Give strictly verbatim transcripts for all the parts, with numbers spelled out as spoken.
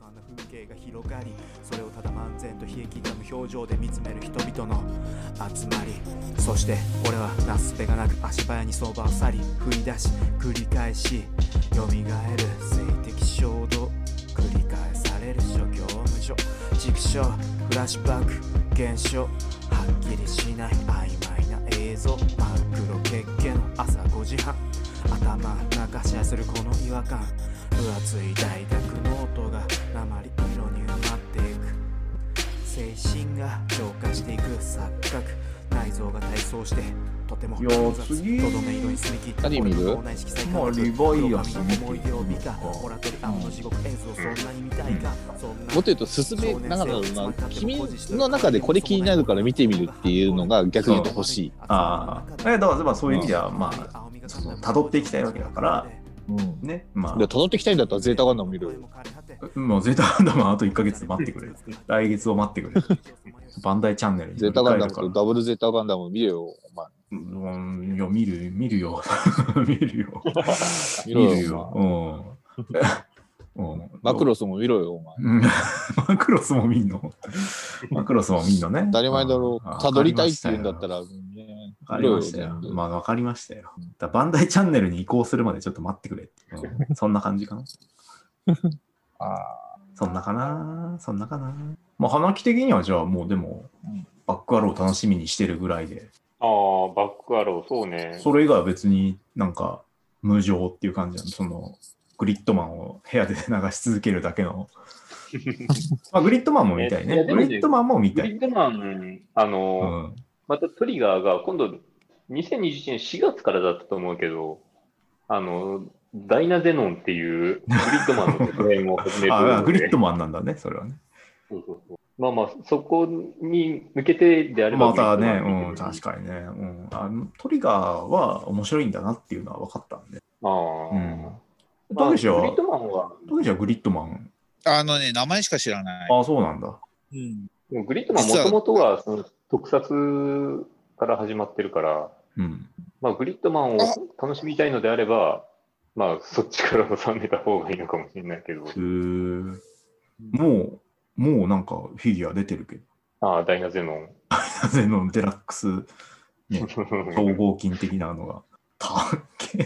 な風景が広がり、それをただ漫然と冷え切った無表情で見つめる人々の集まり。そして俺はなすすべがなく足早にそばを去り、振り出し繰り返し蘇る性的衝動、繰り返される諸行無常、畜生フラッシュバック現象、はっきりしない曖昧な映像、真っ黒血気の朝ごじはん、頭中し合いするこの違和感、分厚い大学ノートが鉛色に埋まっていく、精神が浄化していく錯覚、内臓が体操してとても複雑、とどめ色に澄み切った何見る？ まあリバイアス思い出を見たモラトリアムの地獄映像、そんなに見たいか、そんなもっと言うと進めながらの君の中でこれ気になるから見てみるっていうのが逆に言うと欲しい。 ああ、だからまあそういう意味ではまあその辿っていきたいわけだから、うん、ね、まあ辿っていきたいんだったらゼータガンダム見る。 もうゼータガンダムはあといっかげつ待ってくれ。来月を待ってくれ。バンダイチャンネルにゼータガンダムとダブルゼータガンダム見るよ、お前。 うん、いや見る見るよ見るよ見るよ。 うん。うん、 マクロスも見ろよ、お前。 マクロスも見んのマクロスも見んのね。 当たり前だろう。たどりたいって言うんだったら、ね、 わかりましたよ。まあわかりましたよ。だバンダイチャンネルに移行するまでちょっと待ってくれって。うん、そんな感じかな。あそんなかなそんなかなまあ花木的にはじゃあもうでも、うん、バックアロー楽しみにしてるぐらいで。 ああ、バックアロー、そうね。 それ以外は別になんか無情っていう感じなの。そのグリッドマンを部屋で流し続けるだけの。まあ、グリッドマンも見たいね。グリッドマンも見たい。 グリッドマン、あの、うん、またトリガーが今度にせんにじゅういちねんしがつからだったと思うけど、あの、ダイナゼノンっていうグリッドマンの説明を始めるああ、グリッドマンなんだね、それはね。 そうそうそう。まあまあ、そこに向けてであれば。 またね、うん、確かにね、うん。あのトリガーは面白いんだなっていうのは分かったんで。ああ。うんたけしは、グリッドマンは、たけしはグリッドマン。 あのね、名前しか知らない。 ああ、そうなんだ。 うん。でもグリッドマンもともとはその特撮から始まってるから、うん。まあ、グリッドマンを楽しみたいのであれば、まあ、そっちから収めた方がいいのかもしれないけど。へー。もう、もうなんかフィギュア出てるけど。 ああ、ダイナゼノン。 ダイナゼノンデラックス、ね、超合金的なのが。たっけ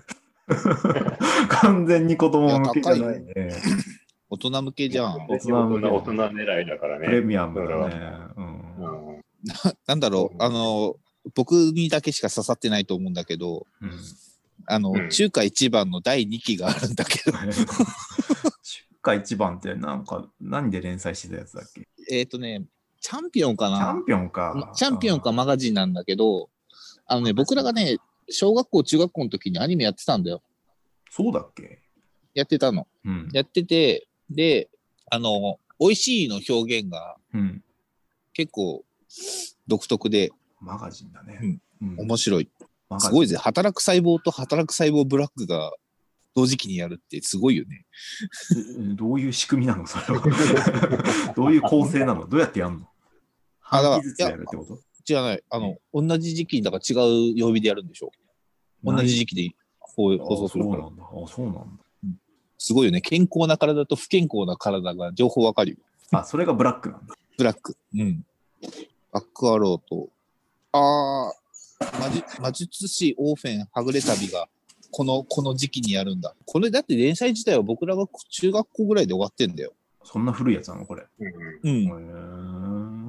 完全に子供向けじゃないね。 大人向けじゃん。 大人向け。大人狙いだからね。 プレミアムだね。うんうん、な, なんだろう、あの、僕にだけしか刺さってないと思うんだけど、うん、あの、うん、中華一番のだいにきがあるんだけど。中華一番ってなんか、何で連載してたやつだっけ？ えっとね、チャンピオンかな？ チャンピオンか。 チャンピオンかマガジンなんだけど、あのね、僕らがね、小学校、中学校の時にアニメやってたんだよ。 そうだっけ？ やってたの。うん、やってて、で、あの、美味しいの表現が、うん、結構独特で。 マガジンだね。 うんうん、面白い。すごいぜ。働く細胞と働く細胞ブラックが同時期にやるってすごいよね。 どういう仕組みなのそれは。どういう構成なのどうやってやるの半期ずつやるってこと？ じゃない。あの、同じ時期にだから違う曜日でやるんでしょ。同じ時期で放送するから。 そうなんだ。あ、そうなんだ。 うん、すごいよね。健康な体と不健康な体が情報わかるよ。 あ、それがブラックなんだ。 ブラック。うん。バックアローと、あー、魔術、魔術師オーフェンはぐれ旅がこの、この時期にやるんだ。これだって連載自体は僕らが中学校ぐらいで終わってんだよ。 そんな古いやつなのこれ。 うん。うん、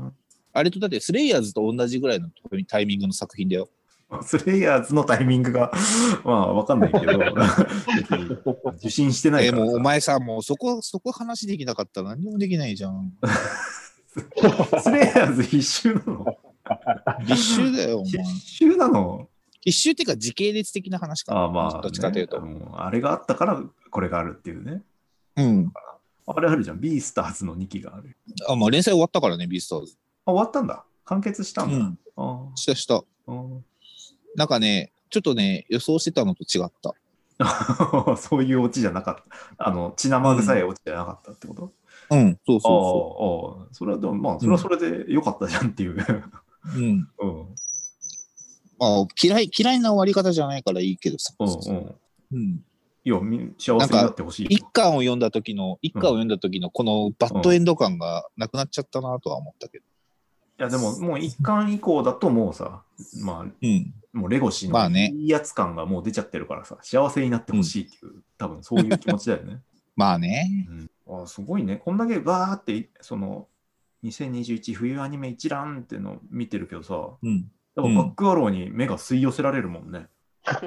あれとだってスレイヤーズと同じぐらいのタイミングの作品だよ。 スレイヤーズのタイミングがまあわかんないけど受信してないから。 えー、もうお前さ、もうそこそこ話できなかったら何もできないじゃん。 スレイヤーズ必修なの？ 必修だよ。お前必修なの？ 必修っていうか時系列的な話かな。 ああまあ、ね、 どっちかというと、 うん、あれがあったからこれがあるっていうね。 うん。 あれあるじゃん。ビースターズのにきがある。 あ、まあ連載終わったからね、ビースターズ。 あ、終わったんだ。完結したんだ。うん、 あしたした。なんかね、ちょっとね、予想してたのと違った。 そういうオチじゃなかった。あの、血生臭いオチじゃなかったってこと？ うん、うん、そうそうそう。ああ、それはでも、まあ、それはそれで良かったじゃんっていう。 うん。うん。ああ、嫌い、嫌いな終わり方じゃないからいいけどさ。 うんうん。 うん。 いや、幸せになってほしい。 一巻を読んだ時の、一巻を読んだ時のこのバッドエンド感がなくなっちゃったなとは思ったけど。 いや、でももう一巻以降だともうさ、まあ、うん、もうレゴシのいいやつ感がもう出ちゃってるからさ、幸せになってほしいっていう、うん、多分そういう気持ちだよね。 まあね。 うん、あ、すごいね。こんだけバーって、その、にせんにじゅういち冬アニメ一覧っていうのを見てるけどさ、うん、やっぱバックアローに目が吸い寄せられるもんね。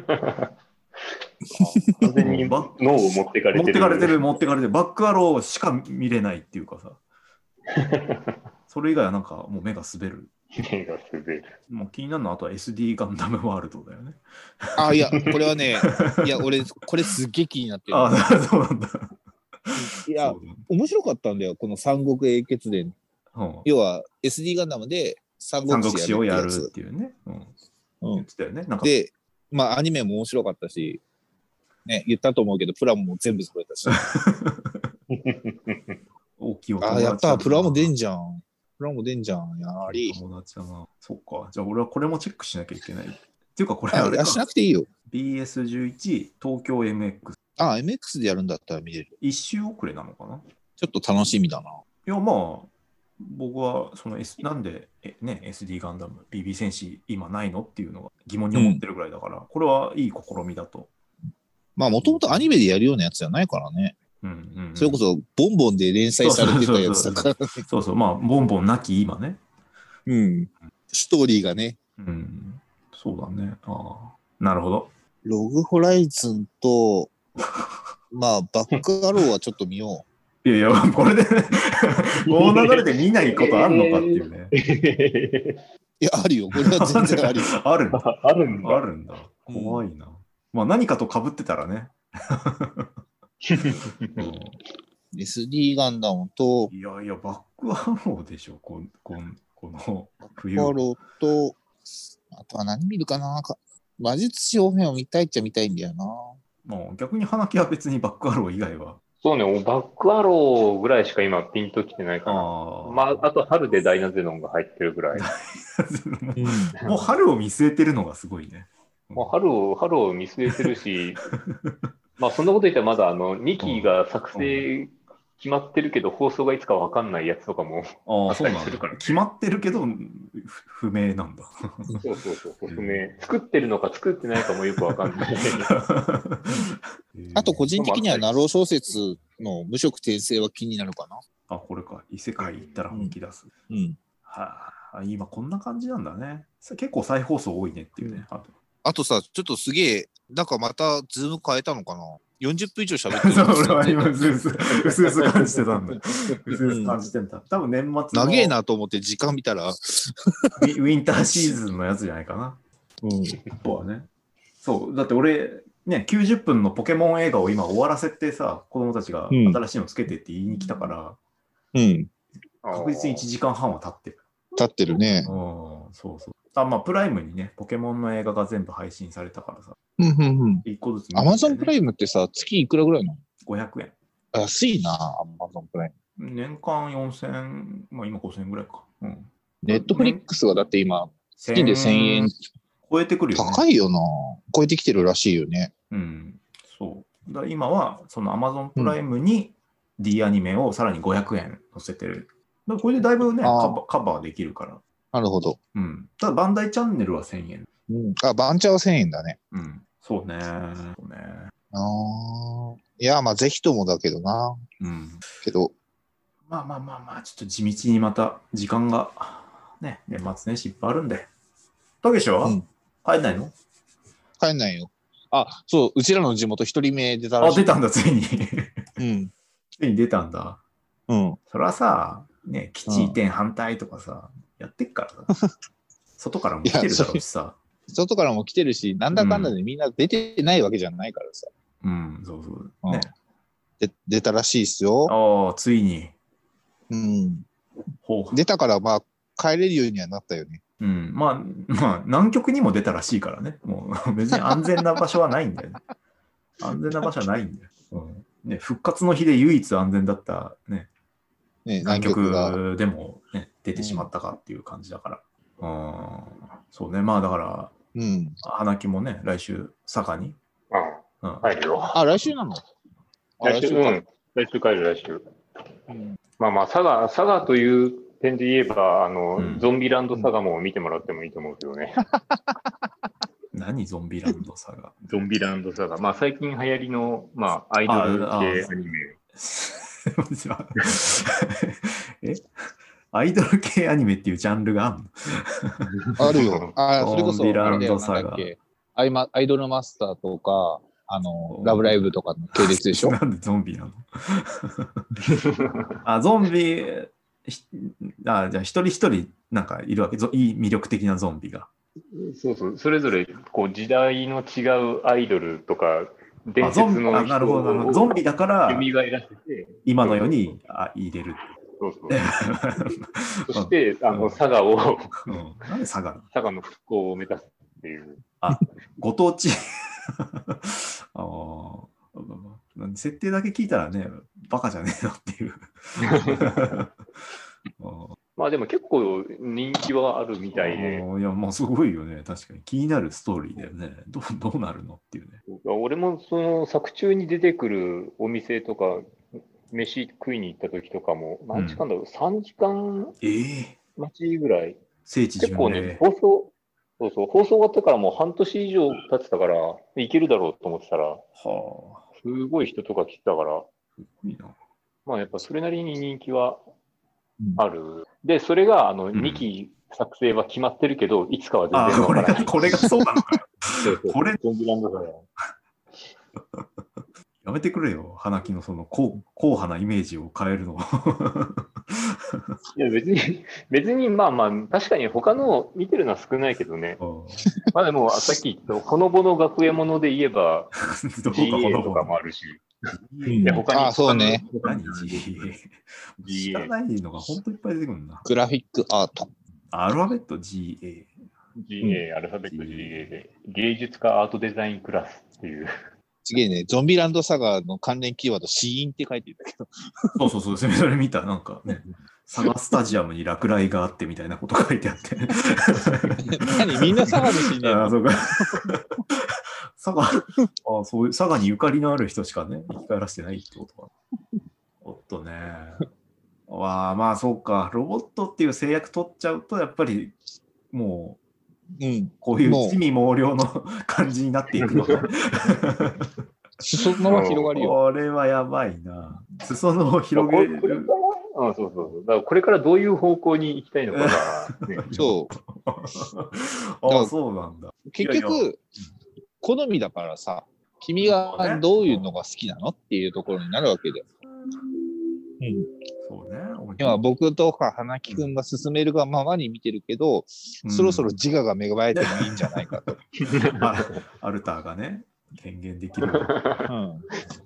完全に脳を持ってかれてる。 持ってかれてる、持ってかれてる。バックアローしか見れないっていうかさ。それ以外はなんかもう目が滑る。 目が滑る。 もう気になるのはあとは エスディー ガンダムワールドだよね。 あ、いや、これはね、いや、俺、これすっげえ気になってる。 あ、そうなんだ。 いや、面白かったんだよ、この三国英傑伝。うん、要は エスディー ガンダムで三国志をやるっていうね。うん。うん、言ってたよね。なんかで、まあアニメも面白かったし、ね、言ったと思うけど、プラモも全部揃えたし。 大きい音あ、やった、プラモ出んじゃん。プラモ出んじゃん。やはり。 友達だな。そっか。じゃあ俺はこれもチェックしなきゃいけない。っていうかこれあれか。 あ、しなくていいよ。 ビーエスじゅういち 東京 エムエックス。 あ、エムエックス でやるんだったら見れる。 一周遅れなのかな。 ちょっと楽しみだな。 いや、まあ、僕はその、S、なんでえ、ね、エスディー ガンダム、ビービー 戦士今ないのっていうのが疑問に思ってるぐらいだから、うん、これはいい試みだと。 まあ、もともとアニメでやるようなやつじゃないからね。 うんうんうん、 それこそ、ボンボンで連載されてたやつだから。 そうそう、まあ、ボンボンなき今ね。 うん。ストーリーがね。 うん。そうだね。ああ。なるほど。 ログホライズンと、まあ、バックアローはちょっと見よう。いやいや、これで、ね、こう流れで見ないことあるのかっていうね。 いや、あるよ。これは全然あるよ。 あるんだ。 あるんだ。 あるんだ。怖いな。うん、まあ、何かと被ってたらね。 うん、エスディー ガンダムと、 いやいや、バックアローでしょ、こここの冬。バックアローと、あとは何見るかな。魔術師オフェンを見たいっちゃ見たいんだよな。 もう逆に花木は別にバックアロー以外は。 そうね、バックアローぐらいしか今ピンときてないかな。あまあ、あと春でダイナゼノンが入ってるぐらい。 うん、もう春を見据えてるのがすごいね。 もう春を、春を見据えてるし、まあそんなこと言ったらまだあのにきが作成決まってるけど放送がいつかわかんないやつとかもあったりするから、ね、 決まってるけど不明なんだ。 そうそうそう、不明。作ってるのか作ってないかもよくわかんない。 あと個人的にはナロー小説の無色転生は気になるかな。 あ、これか。異世界行ったら本気出す。 うん。うん、 はあ、今こんな感じなんだね。結構再放送多いねっていうね。あとあとさ、ちょっとすげえ、なんかまたズーム変えたのかな ?よんじゅっぷん以上喋ってる。 そう、俺は今、うすうす、うすうす感じてたんだ。うすうす感じてんだ。多分年末の。 長えなと思って時間見たら。 ウィ、ウィンターシーズンのやつじゃないかな。うん。そうだね。そう。だって俺、ね、きゅうじゅっぷんのポケモン映画を今終わらせてさ、子供たちが新しいのつけてって言いに来たから、 うん。 確実にいちじかんはんは経ってる。 経ってるね。 うん、そうそう。あ、まあ、プライムにね、ポケモンの映画が全部配信されたからさ。 うんうんうん。 一個ずつ、 ね。アマゾンプライムってさ、月いくらぐらいなの ? ごひゃくえん。 安いな、アマゾンプライム。年間よんせん、まあ今ごせんえんぐらいか。うん。 ネットフリックスはだって今、月でせんえん。 超えてくるよね。 高いよな。超えてきてるらしいよね。 うん。そう。だ今は、そのアマゾンプライムに D アニメをさらにごひゃくえん載せてる。だこれでだいぶね、カバ、カバーできるから。 なるほど。 うん。ただ、バンダイチャンネルはせんえん。 うん、あ、バンチャーはせんえんだね。 うん。そうね。そうね。 ああ。いや、まあ、ぜひともだけどな。 うん。 けど。 まあまあまあまあ、ちょっと地道にまた時間が、ね、年末年始いっぱいあるんで。たけしは、うん、帰んないの？ 帰んないよ。あ、そう、うちらの地元一人目出たらしい。 あ、出たんだ、ついに。 うん。 ついに出たんだ。 うん。 それはさ、ね、基地移転反対とかさ、うん、やってっからさ。外からも来てるだろうしさ。 外からも来てるし、なんだかんだでみんな出てないわけじゃないからさ。 うん、うん、そうそう。ね。 で出たらしいっすよ。 ああ、ついに。 うん。ほう出たから、まあ、帰れるようにはなったよね。 うん。まあ、まあ、南極にも出たらしいからね。もう別に安全な場所はないんだよね。安全な場所はないんだよ。うんね、復活の日で唯一安全だったね。ね南極でも、ね、出てしまったかっていう感じだから。うん、うんそうね。まあだから、 うん、 花木もね、来週、佐賀にうん、 帰るよ。 あ、来週なの？ 来週、うん。来週帰る、来週。うん、まあまあ、佐賀、佐賀という点で言えば、あの、うん、ゾンビランド佐賀も見てもらってもいいと思うけどね。 何ゾンビランド佐賀？ ゾンビランド佐賀。まあ、最近流行りの、まあ、アイドル系アニメ。 えアイドル系アニメっていうジャンルがあるの？あるよ。あ、それこそ、 ゾンビランド佐賀。 アイ, アイドルマスターとか、あの、ラブライブとかの系列でしょ？ なんでゾンビなの？あ、ゾンビ、あ、じゃあ一人一人なんかいるわけ、いい魅力的なゾンビが。 そうそう、それぞれこう時代の違うアイドルとか、伝説の人をゾンビだから蘇らせて、 今の世に入れる。 そうそうそして、あの、佐賀を、 うん、なんで佐賀佐賀の復興を目指すっていう。 あ、ご当地あ設定だけ聞いたらね、バカじゃねえのっていう。 まあでも結構人気はあるみたいで。 いや、まあすごいよね。確かに気になるストーリーだよね。どう、どうなるのっていうね。 俺もその作中に出てくるお店とか、飯食いに行った時とかも、何時間だろう、うん、さんじかん待ちぐらい。 聖地巡礼。 結構ね、放送、そうそう、放送終わってからもう半年以上経ってたから、行けるだろうと思ってたら、はあ、すごい人とか来てたから、 いいな。 まあやっぱそれなりに人気はある。うん、で、それがあのにき作成は決まってるけど、うん、いつかは全然わからない。 これがそうなのかよ。 そうそうこれゾンビランドだよ。 やめてくれよ、花木のその硬派なイメージを変えるの。 いや別に、別にまあまあ、確かに他の見てるのは少ないけどね。まあでも、さっき言ったほのぼの学園もので言えば、ジーエー とかもあるし。 いや他にあ、そうね。 何 ジーエー？ 知らないのが本当にいっぱい出てくるんだ。 グラフィックアート。 アルファベット ジーエー。 ジーエー、アルファベット ジーエー で、芸術家アートデザインクラスっていう。 すげえね、ゾンビランドサガの関連キーワード、死因って書いてるんだけど。 そうそうそう、それ見た、なんかね、サガスタジアムに落雷があってみたいなこと書いてあって。 何みんなサガで死んでるの？ あ、そうか。サガ、あ、そういう、サガにゆかりのある人しかね、生き返らせてないってことか。おっとね。わあ、まあそうか、ロボットっていう制約取っちゃうと、やっぱり、もう、うん、こういう地味猛量の感じになっていくのね。 裾野は広がるよ。 これはやばいな。裾野を広げる。 これから、あ、そうそうそう。だからこれからどういう方向に行きたいのかな。 ね、そう。 あ、そうなんだ。 結局、いやいや好みだからさ、君がどういうのが好きなのっていうところになるわけだよ。うん。そうね。今僕とか花木くんが進めるがままに見てるけど、うん、そろそろ自我が芽生えてもいいんじゃないかと。 アルターがね、権限できる。うん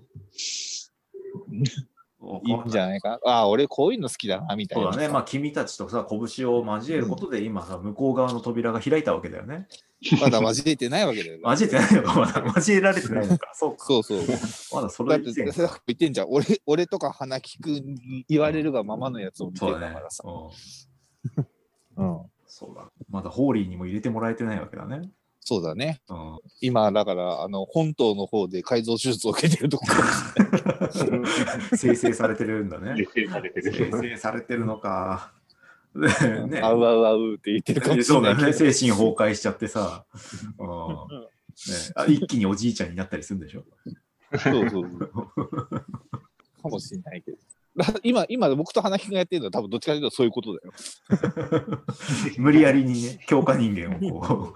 いいんじゃないか。ああ、俺こういうの好きだな、みたいな。 そうだね。まあ、君たちとさ、拳を交えることで、今さ、向こう側の扉が開いたわけだよね。 まだ交えてないわけだよ。 交えてないのか、まだ交えられてないのか。そうか。 そうそう。 まだそれだって言ってんじゃん。俺、俺とか花木くんに言われるがままのやつを見てるからさ。 うん。そうだ。まだホーリーにも入れてもらえてないわけだね。 そうだね。うん、今、だから、あの、本島の方で改造手術を受けてるところ生成されてるんだね。 生成されてる。 生成されてるのか。 ね、あうあうあうって言ってるかもしれない。 そうだね。精神崩壊しちゃってさ、うんね、あ一気におじいちゃんになったりするんでしょ。 そうそうそう。かもしれないけど。今、今僕と花木がやってるのは多分どっちかというとそういうことだよ。 無理やりにね、強化人間をこ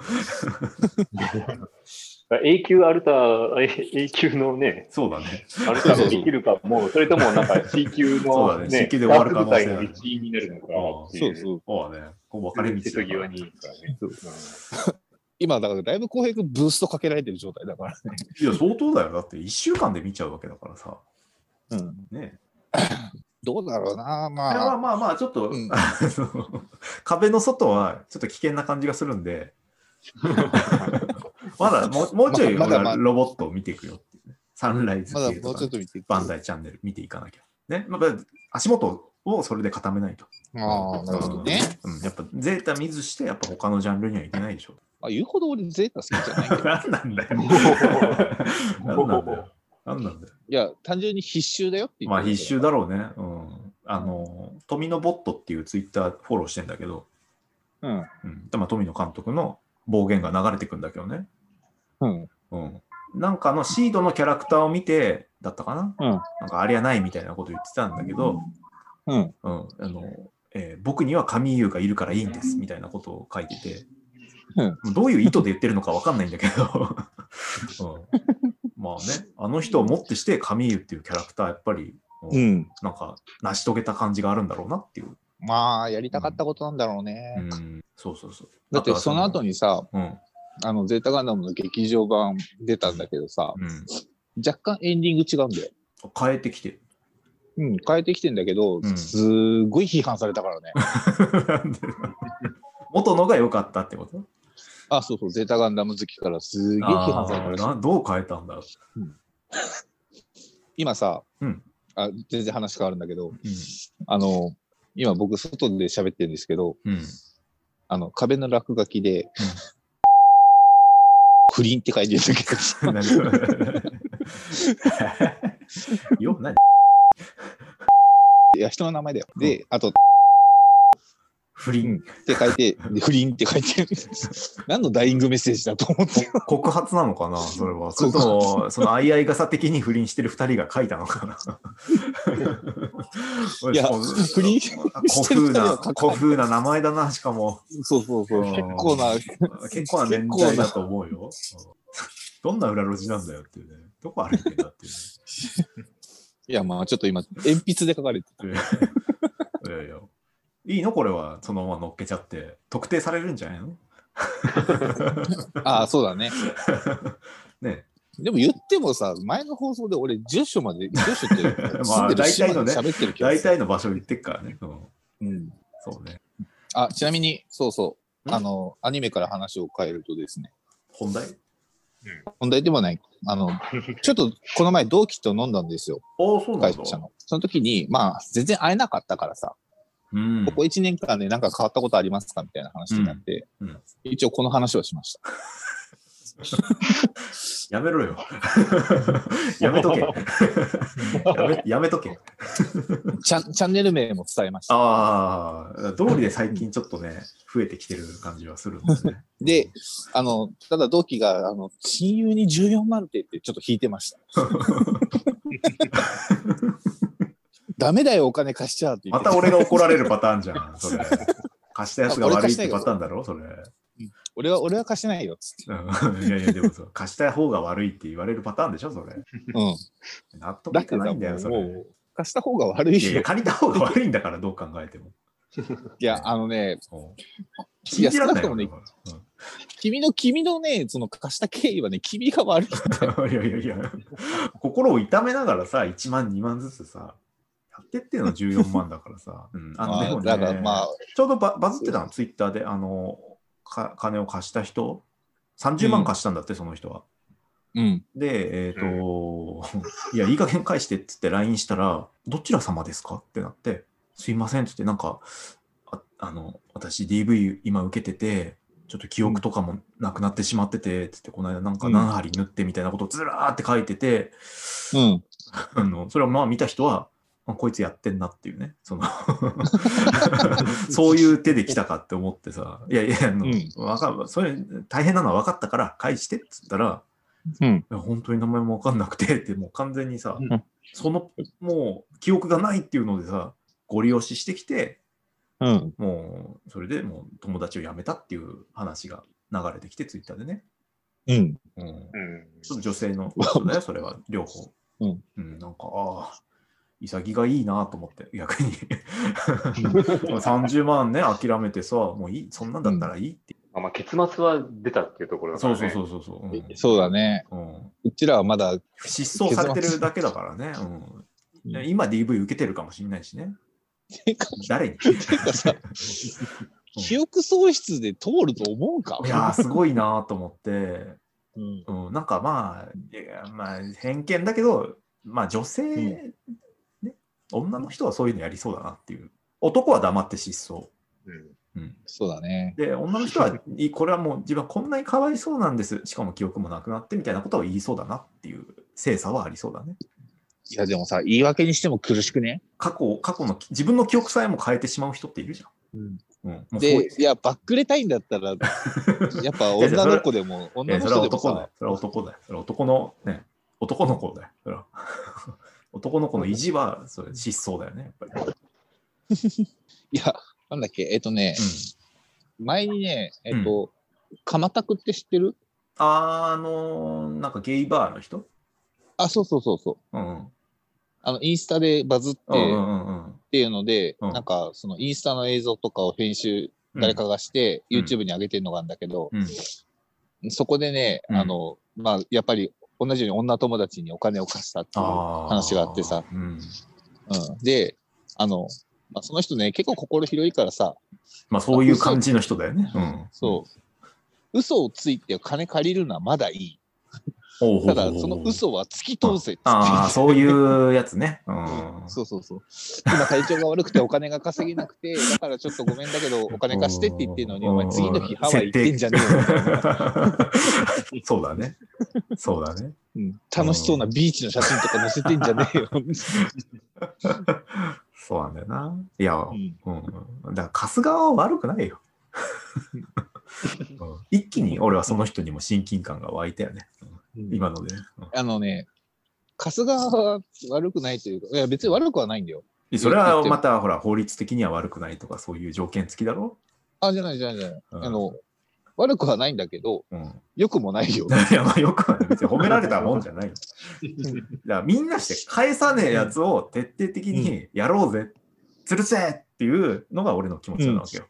う。永久アルター、永久のね、 そうだね。 アルターができるか、もう、それともなんか C 級の、ね、 C 級で終わる可能性の一員になるのか。 そうそう。 そうだね。分かれ道だからね。 今、だからだいぶ浩平君ブーストかけられてる状態だからね。 いや、相当だよ。だっていっしゅうかんで見ちゃうわけだからさ。 うん。 ねどうだろうな、まあ。 まあまあまあ、ちょっと、うん、壁の外はちょっと危険な感じがするんで、まだもうもうちょい、まだまだロボットを見ていくよっていうね。サンライズ系とか、バンダイチャンネル見ていかなきゃ。ね、まあ、足元をそれで固めないと。 ああ、なるほどね、 うん。やっぱゼータ見ずしてやっぱ他のジャンルにはいけないでしょ。 あ、言うほど俺ゼータ好きじゃないけど。 何なんだよ。何なんだよ。何なんだよ。 いや、単純に必修だよって言って。 まあ必修だろうね。うん。あの、富野ボットっていうツイッターフォローしてんだけど、 うん。 うん。まあ、富野監督の暴言が流れてくんだけどね。 うん。 うん。なんかのシードのキャラクターを見て、だったかな、 うん、 なんかあれやないみたいなこと言ってたんだけど、 うんうん、あのえー、僕には神優がいるからいいんですみたいなことを書いてて、うん、どういう意図で言ってるのか分かんないんだけど、うん、まあね、あの人をもってして神優っていうキャラクターやっぱり、うん、なんか成し遂げた感じがあるんだろうなっていう。 まあやりたかったことなんだろうね。 うんうん、そうそうそう。 だってその後にさ、うん、あのゼータガンダムの劇場版出たんだけどさ、うん、若干エンディング違うんだよ。 変えてきてる。 うん、変えてきてんだけど、うん、すごい批判されたからね。 元のが良かったってこと？ あ、そうそう、ゼータガンダム好きからすげえ批判されたらしい。 どう変えたんだ、うん、 今さ、うん、あ、全然話変わるんだけど、うん、あの、今僕外で喋ってるんですけど、うん、あの壁の落書きで、うん不倫って書いてるんだけど。 よ、何？ いや、人の名前だよ。で、あと、 不倫って書いて、不倫って書いてる。何のダイイングメッセージだと思って。 告発なのかな、それは。それとも、その相合い傘的に不倫してる二人が書いたのかな。 いや、不倫古風な、古風な名前だな、しかも。 そうそうそう。結構な、 結構な年代だと思うよ。どんな裏路地なんだよっていうね。どこ歩いてんだっていうね。 いや、まあちょっと今、鉛筆で書かれてる。 いやいや。いいのこれは、そのまま乗っけちゃって。特定されるんじゃないの？ ああ、そうだね。 ね。 でも言ってもさ、前の放送で俺住所まで、住所ってまあ大体のね、 喋ってるけど大体の場所言ってっからね。うん。 うん、 そうね。 あ、ちなみに、そうそう、あの、アニメから話を変えるとですね。 本題？ 本題でもない。あの、ちょっとこの前同期と飲んだんですよ。 ああ、そうなんだ。 会社の。その時に、まあ、全然会えなかったからさ、うん、ここいちねんかんで何か変わったことありますかみたいな話になって、うんうん、一応この話をしました。 やめろよ。やめとけ。やめ、やめとけチャ。チャンネル名も伝えました。 ああ、通りで最近ちょっとね、増えてきてる感じはするんですね。 で、あの、ただ同期が、あの、親友にじゅうよんまんって言ってちょっと引いてました。ダメだよ、お金貸しちゃうって言って。 また俺が怒られるパターンじゃん、それ。貸したやつが悪いってパターンだろ、それ。 俺は、俺は貸してないよ、つって。 いやいや、でもそう、貸した方が悪いって言われるパターンでしょ、それ。うん。納得いかないんだよ、それ。 貸した方が悪いよ。 いやいや、借りた方が悪いんだから、どう考えても。 いや、あのね、いや、少なくともね、君の、君のね、その貸した経緯はね、君が悪いんだよ。いやいやいや、心を痛めながらさ、いちまん、にまんずつさ、やってっていうのはじゅうよんまんだからさ。うん、あのでもね、だからまあ、ちょうど バ, バズってたの、ツイッターで、あの、か金を貸した人、さんじゅうまん貸したんだって、うん、その人は。うん、で、えっ、ー、と、うん、いや、いい加減返してって言って ライン したら、どちら様ですかってなって、すいませんって言って、なんか、あ, あの、私 ディーブイ 今受けてて、ちょっと記憶とかもなくなってしまってて、つって、この間なんか何針縫ってみたいなことをずらーって書いてて、うん、あのそれをまあ見た人は、まあ、こいつやってんなっていうね、そのそういう手で来たかって思ってさ、いやいや、あの、うん、わかそれ大変なのは分かったから返してっつったら、うん、いや本当に名前も分かんなくてってもう完全にさ、うん、そのもう記憶がないっていうのでさ、ご利用ししてきて、うん、もうそれでもう友達を辞めたっていう話が流れてきてツイッターでね。うん。うん、ちょっと女性のことだよそれは両方。うん。うん、なんかああ。潔がいいなと思って逆にさんじゅうまんね諦めてさもういいそんなんだったらいいって、 うん、まあ結末は出たっていうところだからね。 そうそうそうそう、うん、 そうだね、うん、うちらはまだ失踪されてるだけだからね、うん、今 ディーブイ 受けてるかもしれないしね誰に記憶喪失で通ると思うか。 いやすごいなと思って、うんうん、なんかまあ、いやまあ偏見だけどまあ女性、うんね、 女の人はそういうのやりそうだなっていう。男は黙って失踪。 うんうん、そうだね。 で、女の人は、これはもう自分はこんなにかわいそうなんです。しかも記憶もなくなってみたいなことを言いそうだなっていう精査はありそうだね。 いや、でもさ、言い訳にしても苦しくね。 過去、過去の、自分の記憶さえも変えてしまう人っているじゃん。うんうん、で、いや、バックれたいんだったら、やっぱ女の子でも、女の人でもさ。 それは男だよ。それは男の、ね、男の子だよ。それは男の子の意地は、それ失踪だよね、やっぱり。 いや、なんだっけ、えっとね、うん、前にね、えっと、うん、鎌田区って知ってる？ あー、あのー、なんかゲイバーの人？ あ、そうそうそうそう。うん、あの、インスタでバズって、っていうので、うん、なんか、そのインスタの映像とかを編集、誰かがして、うん、YouTube に上げてるのがあるんだけど、うん、そこでね、うん、あの、まあ、やっぱり同じように女友達にお金を貸したっていう話があってさ、うんうん、で、あの、まあ、その人ね、結構心広いからさ。 まあそういう感じの人だよね。うん、 そう。嘘をついて金借りるのはまだいい。ただ、その嘘は突き通せっつって。 ああ、そういうやつね、うん。 そうそうそう。今体調が悪くてお金が稼げなくて、だからちょっとごめんだけど、お金貸してって言ってるのに、お前次の日ハワイ行ってんじゃねえよみたいな。 そうだね。そうだね、 うん。楽しそうなビーチの写真とか載せてんじゃねえよ。 そうなんだよな。いや、うんうん、だから貸す側は悪くないよ。うん、一気に俺はその人にも親近感が湧いたよね。うん、今ので、ね。うん、 あのね、貸す側は悪くないというか、いや別に悪くはないんだよ。 それはまたほら法律的には悪くないとかそういう条件付きだろ？ あ、じゃないじゃないじゃない。うん、あの悪くはないんだけど、うん、よくもないよ。 いやまあよくはない。別に褒められたもんじゃない。だからみんなして返さねえやつを徹底的にやろうぜ、つるせっていうのが俺の気持ちなわけよ。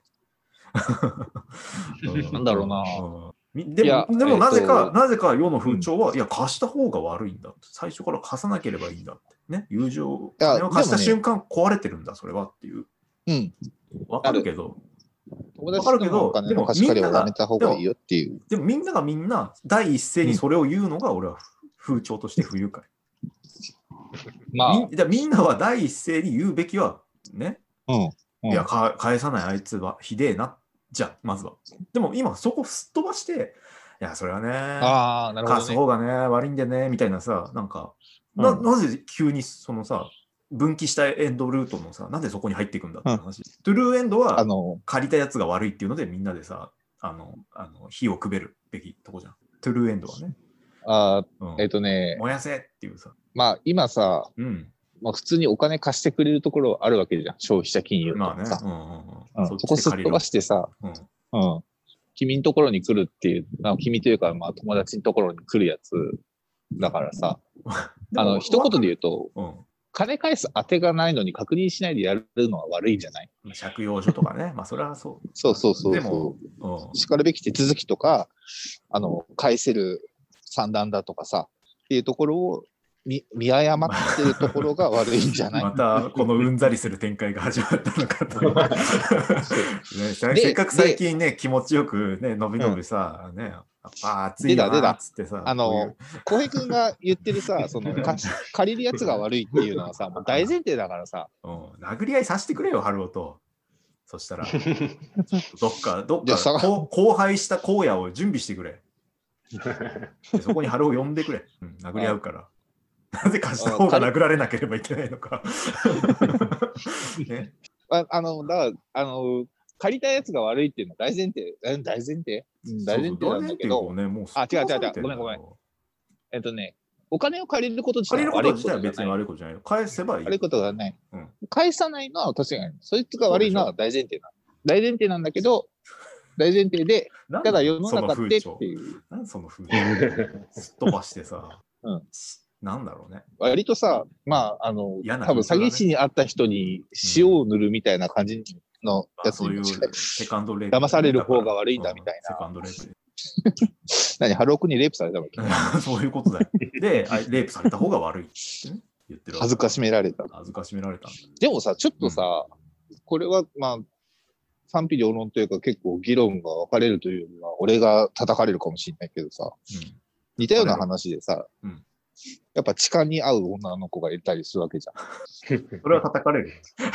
うん、なんだろうな。 うん、でも、でもなぜか、えー、なぜか世の風潮は、うん、いや、貸した方が悪いんだ。最初から貸さなければいいんだって。ね。友情、金を貸した瞬間、壊れてるんだ、それはっていう。 うん。 わかるけど。 わかるけど、でもみんなが、 でもみんながみんな、第一声にそれを言うのが、俺は風潮として不愉快。まあみ、みんなは第一声に言うべきは、ね。うん。うん、いやか、返さないあいつはひでえな。じゃあ、まずは。でも今、そこすっ飛ばして、いや、それはね、 あなるほどね、 貸す方がね、悪いんでね、みたいなさ、なんか、な、うん、なぜ急にそのさ、分岐したエンドルートのさ、なんでそこに入っていくんだって話。うん、トゥルーエンドは、あの借りたやつが悪いっていうので、みんなでさ、あの、あの火をくべるべきとこじゃん。トゥルーエンドはね。 あうん、えっとね、 燃やせっていうさ。 まあ、今さ、うんまあ、普通にお金貸してくれるところあるわけじゃん。消費者金融とかさ。まあねうんうんうん、そこすっ飛ばしてさ、うんうん、君のところに来るっていう、君というか、まあ、友達のところに来るやつだからさ、あの一言で言うと、うん、金返す当てがないのに確認しないでやるのは悪いんじゃない？ 借用書とかね。まあ、それはそう。 そうそうそうそう。でも、うん、しかるべき手続きとか、あの、返せる算段だとかさ、っていうところを、見, 見誤ってるところが悪いんじゃない？ またこのうんざりする展開が始まったのかと、ね、せっかく最近ね気持ちよくねのびのびさ、うん、ねあ暑いなーっつってさあの浩平君が言ってるさその借りるやつが悪いっていうのはさもう大前提だからさ、 うん、殴り合いさせてくれよ春男とそしたらどっかどっか荒廃した荒野を準備してくれそこに春男呼んでくれ、うん、殴り合うからなぜ貸した方が殴られなければいけないのか、 ね、あ, あのだからあの借りたやつが悪いっていうのは大前提大前提、うん、大前提なんだけど、ね、もうあ違う違う違うごめんごめんえっとねお金を借りること自体は悪いことじゃない。 別に悪いことじゃない。返せばいい。 悪いことがない。うん、返さないのは確かにそいつが悪いのは大前提な大前提なんだけど大前提でただ世の中ってっていう。 なんその風潮すっ飛ばしてさ。うんなんだろうね。 割とさ、まあ、あの、ね、多分詐欺師に会った人に塩を塗るみたいな感じのやつに近い。 セカンドレイプ。 騙される方が悪いんだみたいな。セカンドレイプ。何、ハロー君にレイプされたわけそういうことだよ。で、レイプされた方が悪いって、ね、言ってる。 恥ずかしめられた。 恥ずかしめられた。 でもさ、ちょっとさ、うん、これは、まあ、賛否両論というか結構議論が分かれるというよりは、俺が叩かれるかもしれないけどさ、うん、似たような話でさ、うんやっぱ痴漢に合う女の子がいたりするわけじゃん。 それは叩かれる。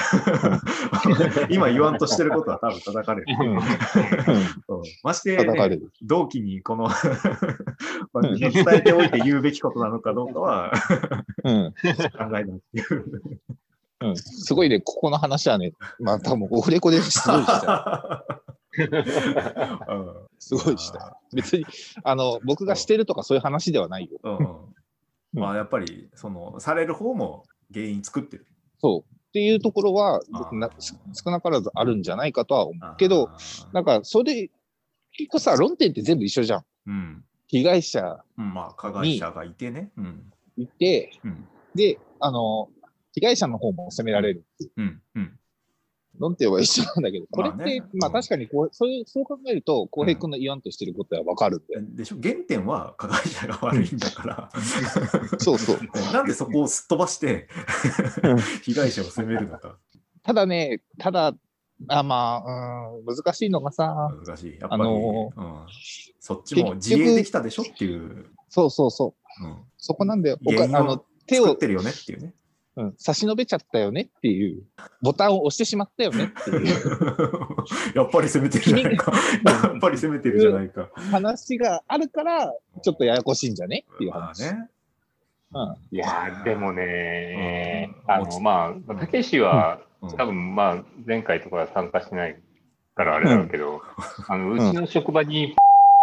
今言わんとしてることは多分叩かれる。うんうん、まして、ね、同期にこの伝えておいて言うべきことなのかどうかはうん、考えないっていう。 うん、すごいね、ここの話はね、まあ多分オフレコですごいしたよ。すごいした。別にあの僕がしてるとかそういう話ではないよ。うんうんまあやっぱりそのされる方も原因作ってる。 そうっていうところはな少なからずあるんじゃないかとは思うけど、なんかそれ結構さ論点って全部一緒じゃん。うん、被害者に、うん、まあ加害者がいてね、うん、 いて、うん、であの被害者の方も責められるっていう。うんうん論点は一緒なんだけど、これって、まあ、ねまあ、確かにこうそういうそう考えると、浩平君の言わんとしてることは分かるんで、 うん。でしょ原点は加害者が悪いんだから。 そうそう。 なんでそこをすっ飛ばして、被害者を責めるのか。 ただね、ただ、あまあ、うん、難しいのがさ、 難しい。やっぱり、あのーうん、そっちも自衛できたでしょっていう。 そうそうそう。うん、そこなんだよ。 原因を作ってるよねっていうね。 うん、差し伸べちゃったよねっていうボタンを押してしまったよねっていうやっぱり攻めてるじゃないかやっぱり攻めてるじゃないか話があるからちょっとややこしいんじゃねっていう話、まあねうん、いやでもね、うん、あのまあたけしは、うん、多分まあ前回とか参加してないからあれだけど、うん、あのうちの職場に、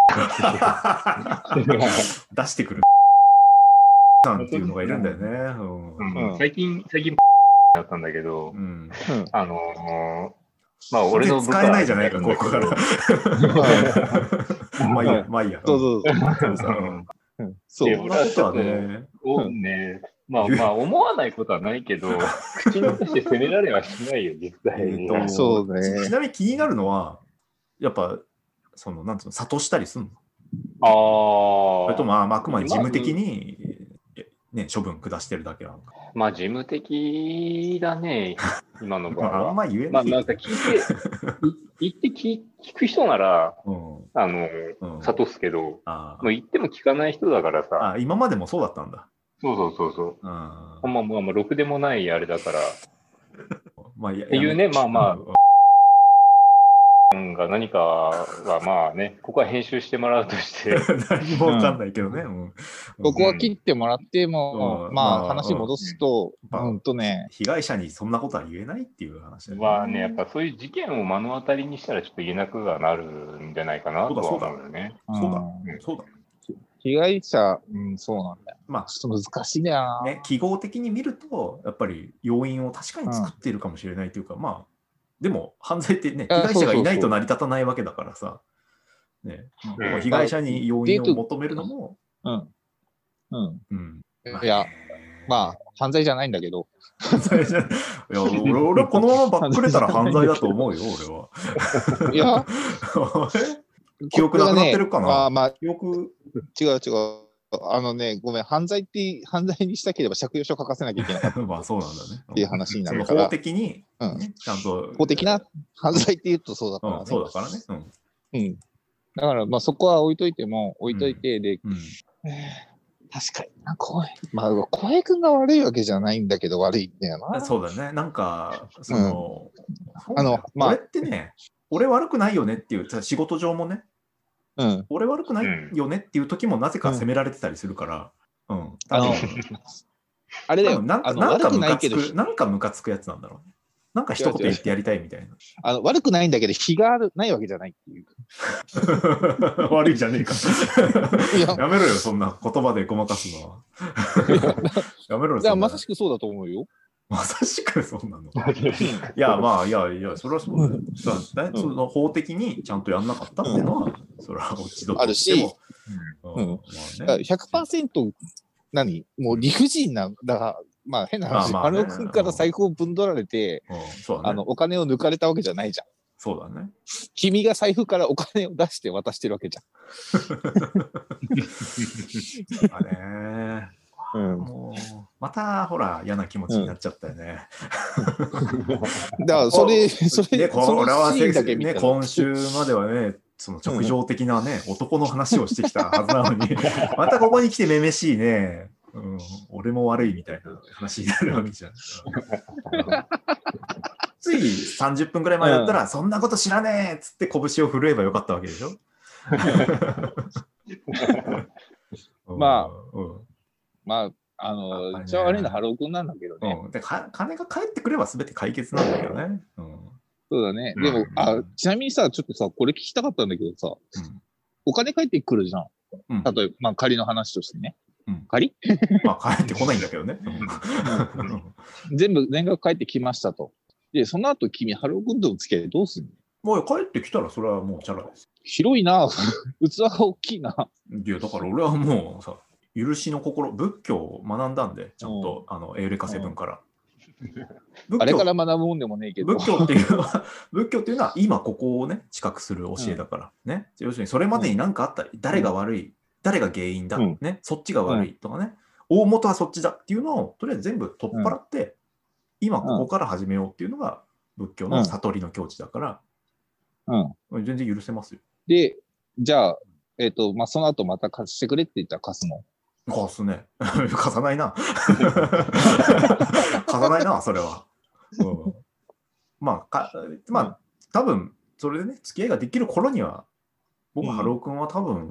うん、出してくるさんっていうのがいるんだよね。 うんうん、最近、最近だったんだけど、うん、あのー、まあ俺の使えないじゃないか、ここから。まあいいや、まあいいや。 そうそうそう。 そういうことはね。ねまあまあ思わないことはないけど、口に出して責められはしないよ、実際に。 そうね。 ちなみに気になるのは、やっぱ、その、なんつうの、諭したりすんの？ ああ。 それとも、あくまで事務的に、ね、処分下してるだけなのか。 まあ、事務的だね、今の場合は。 あんま言えない。 まあ、なんか聞いて、言って聞く人なら、うん、あの、うん、諭すけど、もう言っても聞かない人だからさ。 あ、今までもそうだったんだ。 そうそうそうそう。うん、まあまあまあ、ろくでもないあれだから。 まあ、 っていうね、まあまあ、が何かはまあね、ここは編集してもらうとして何もわかんないけどね、うん、 ここは切ってもらっても、うん、まあ話戻すと、うん、とね、 被害者にそんなことは言えないっていう話だね。まあね、やっぱそういう事件を目の当たりにしたらちょっと言えなくはなるんじゃないかなとは思うよね。 そうだ、そうだ。 被害者、うん、そうなんだよ。まあ、ちょっと難しいね。 ね、記号的に見ると、やっぱり要因を確かに作っているかもしれないというか、うん、まあ、でも犯罪ってね、被害者がいないと成り立たないわけだからさ、ね、うん、被害者に要因を求めるのも、 うん。うん。うん。いや、まあ、犯罪じゃないんだけど。 犯罪じゃない。いや、俺、俺はこのままばっくれたら犯罪だと思うよ、俺は。 いや、 記憶なくなってるかな。 まあまあ、 記憶。 違う違う。あのね、ごめん、犯罪って、犯罪にしたければ借用書書かせなきゃいけなかった。 まあそうなんだね。 っていう話になるから。 法的に、 うん、 ちゃんと。 法的な犯罪って言うとそうだからね。 うん、そうだからね。うん。 うん、だから、まあそこは置いといても、置いといて、で、うんうん、確かにな、小平、まあ、小平君が悪いわけじゃないんだけど、悪いんだよな。 そうだね。なんか、その、 うん、あの、まあ。 俺ってね、俺悪くないよねっていう、仕事上もね、うん、俺悪くないよねっていう時もなぜか責められてたりするから、うん。うん、 あの、あれだよ、 なんかムカつく、なんかムカつくやつなんだろうね。なんか一言言ってやりたいみたいな。 あの悪くないんだけど、非があるないわけじゃないっていう。 悪いじゃねえか。やめろよ、そんな言葉でごまかすのは。やめろよ。 いや、まさしくそうだと思うよ。 まさしくそうなの。いや、まあ、いや、いや、それはそうだよ。うん、その法的にちゃんとやんなかったっていうのは、うん、それは一度あるし、うんうんまあね、ひゃくパーセント 何もう理不尽な、だから、まあ変な話、あの君から財布をぶんどられて、うんそうだね、あのお金を抜かれたわけじゃないじゃん。 そうだね。 君が財布からお金を出して渡してるわけじゃん。 あれうん、もうまたほら嫌な気持ちになっちゃったよね。 うん、だからそれそれね、これはね今週まではねその直情的なね、うん、男の話をしてきたはずなのにまたここに来てめめしいね。うん、 俺も悪いみたいな話になるわけじゃん。ついさんじゅっぷんぐらい前だったら、うん、そんなこと知らねえっつって拳を震えばよかったわけでしょ。 まあ、うん、まあ、あの、一番悪いのはハロー君なんだけどね。 うん、でか金が返ってくれば全て解決なんだけどね。うん、 そうだね。でも、うん、あ、ちなみにさ、ちょっとさ、これ聞きたかったんだけどさ、うん、お金返ってくるじゃん。うん、例えば、まあ、仮の話としてね。うん、仮まあ、返ってこないんだけどね。 全部、全額返ってきましたと。で、その後、君、ハロー君との付き合いどうすんの？ もう帰ってきたら、それはもうチャラです。 広いな、器が大きいな。 いや、だから俺はもうさ、許しの心、仏教を学んだんで、ちゃんと、うん、あのエウレカセブンから。 うん、あれから学ぶもんでもねえけど。 仏教っていうのは、仏教っていうのは今ここをね、近くする教えだから、うん、ね。要するに、それまでに何かあったら、誰が悪い、うん、誰が原因だ、うん、ね、そっちが悪いとかね、大元はそっちだっていうのを、とりあえず全部取っ払って、うん、今ここから始めようっていうのが仏教の悟りの境地だから、うん、全然許せますよ。 で、じゃあ、えっと、まあ、その後また貸してくれって言ったら貸すの？ 貸すね。貸さないな。貸さないな、それは。うん、まあ、かまあ、多分、それでね、付き合いができる頃には、僕、うん、ハロー君は多分、うん、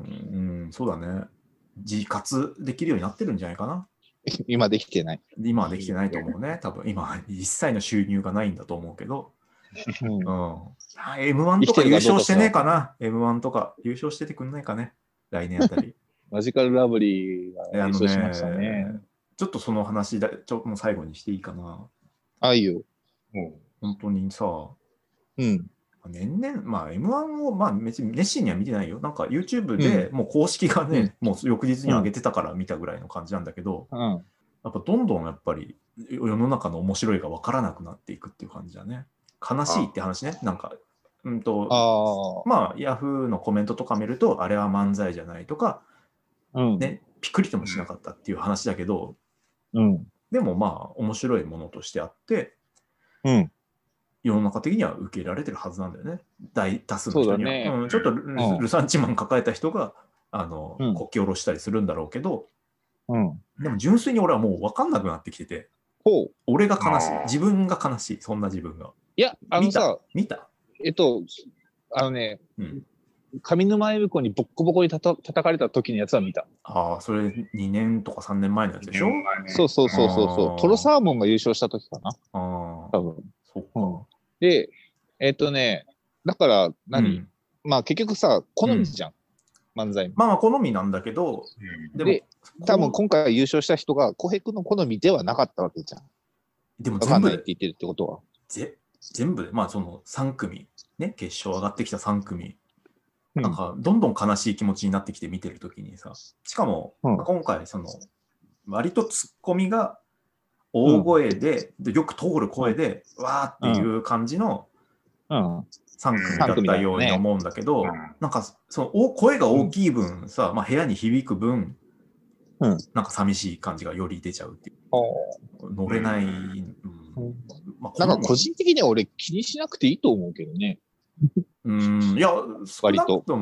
そうだね、自活できるようになってるんじゃないかな。 今できてない。 今はできてないと思うね。多分、今、一切の収入がないんだと思うけど。うんうん、エムワン とか優勝してねえかな。エムワン とか優勝しててくんないかね。来年あたり。 マジカルラブリーが優勝しましたね。 ねちょっとその話だ、ちょもう最後にしていいかな。 あ、いいよ。 もう本当にさ、 うん。 年々、まあ エムワン を、まあ別に熱心には見てないよ。なんか YouTube でもう公式がね、うん、もう翌日に上げてたから見たぐらいの感じなんだけど、うん、やっぱどんどんやっぱり世の中の面白いが分からなくなっていくっていう感じだね。悲しいって話ね。なんか、うんと、あまあ、ヤフーのコメントとか見ると、あれは漫才じゃないとか、うん、ね、ピクリともしなかったっていう話だけど、うん、でもまあ、面白いものとしてあって、うん、世の中的には受け入れられてるはずなんだよね。大多数の人には。ねうん、ちょっと ル,、うん、ルサンチマン抱えた人が、あの、うん、国旗を下ろしたりするんだろうけど、うん、でも純粋に俺はもう分かんなくなってきてて、ほう俺が悲しい。自分が悲しい。そんな自分が。 いや、あのさ、 見たえっと、あのね、うん、上沼恵美子にボッコボコにたた叩かれた時のやつは見た。 ああ、それにねんとかさんねんまえのやつでしょ、ね、 そうそうそうそうそう。トロサーモンが優勝した時かな。ああ。多分。 そうか、うん。 で、えっとね、だから何、うん、まあ結局さ、好みじゃん。うん、漫才も。 まあまあ好みなんだけど、 でも、で多分今回優勝した人が小平君の好みではなかったわけじゃん。 でも全部でって言ってるってことは。 ぜ全部で、まあそのさん組、ね、決勝上がってきたさん組、うん、なんかどんどん悲しい気持ちになってきて見てるときにさ、しかも、うん、今回その、割とツッコミが大声で、うん、でよく通る声で、うん、わーっていう感じのさん組だったように思うんだけど、うん、なんかその声が大きい分さ、まあ、部屋に響く分、うん、なんか寂しい感じがより出ちゃうっていう。乗れない。うんまあ、なんか個人的には俺気にしなくていいと思うけどね。 うん、いや、割と。うん、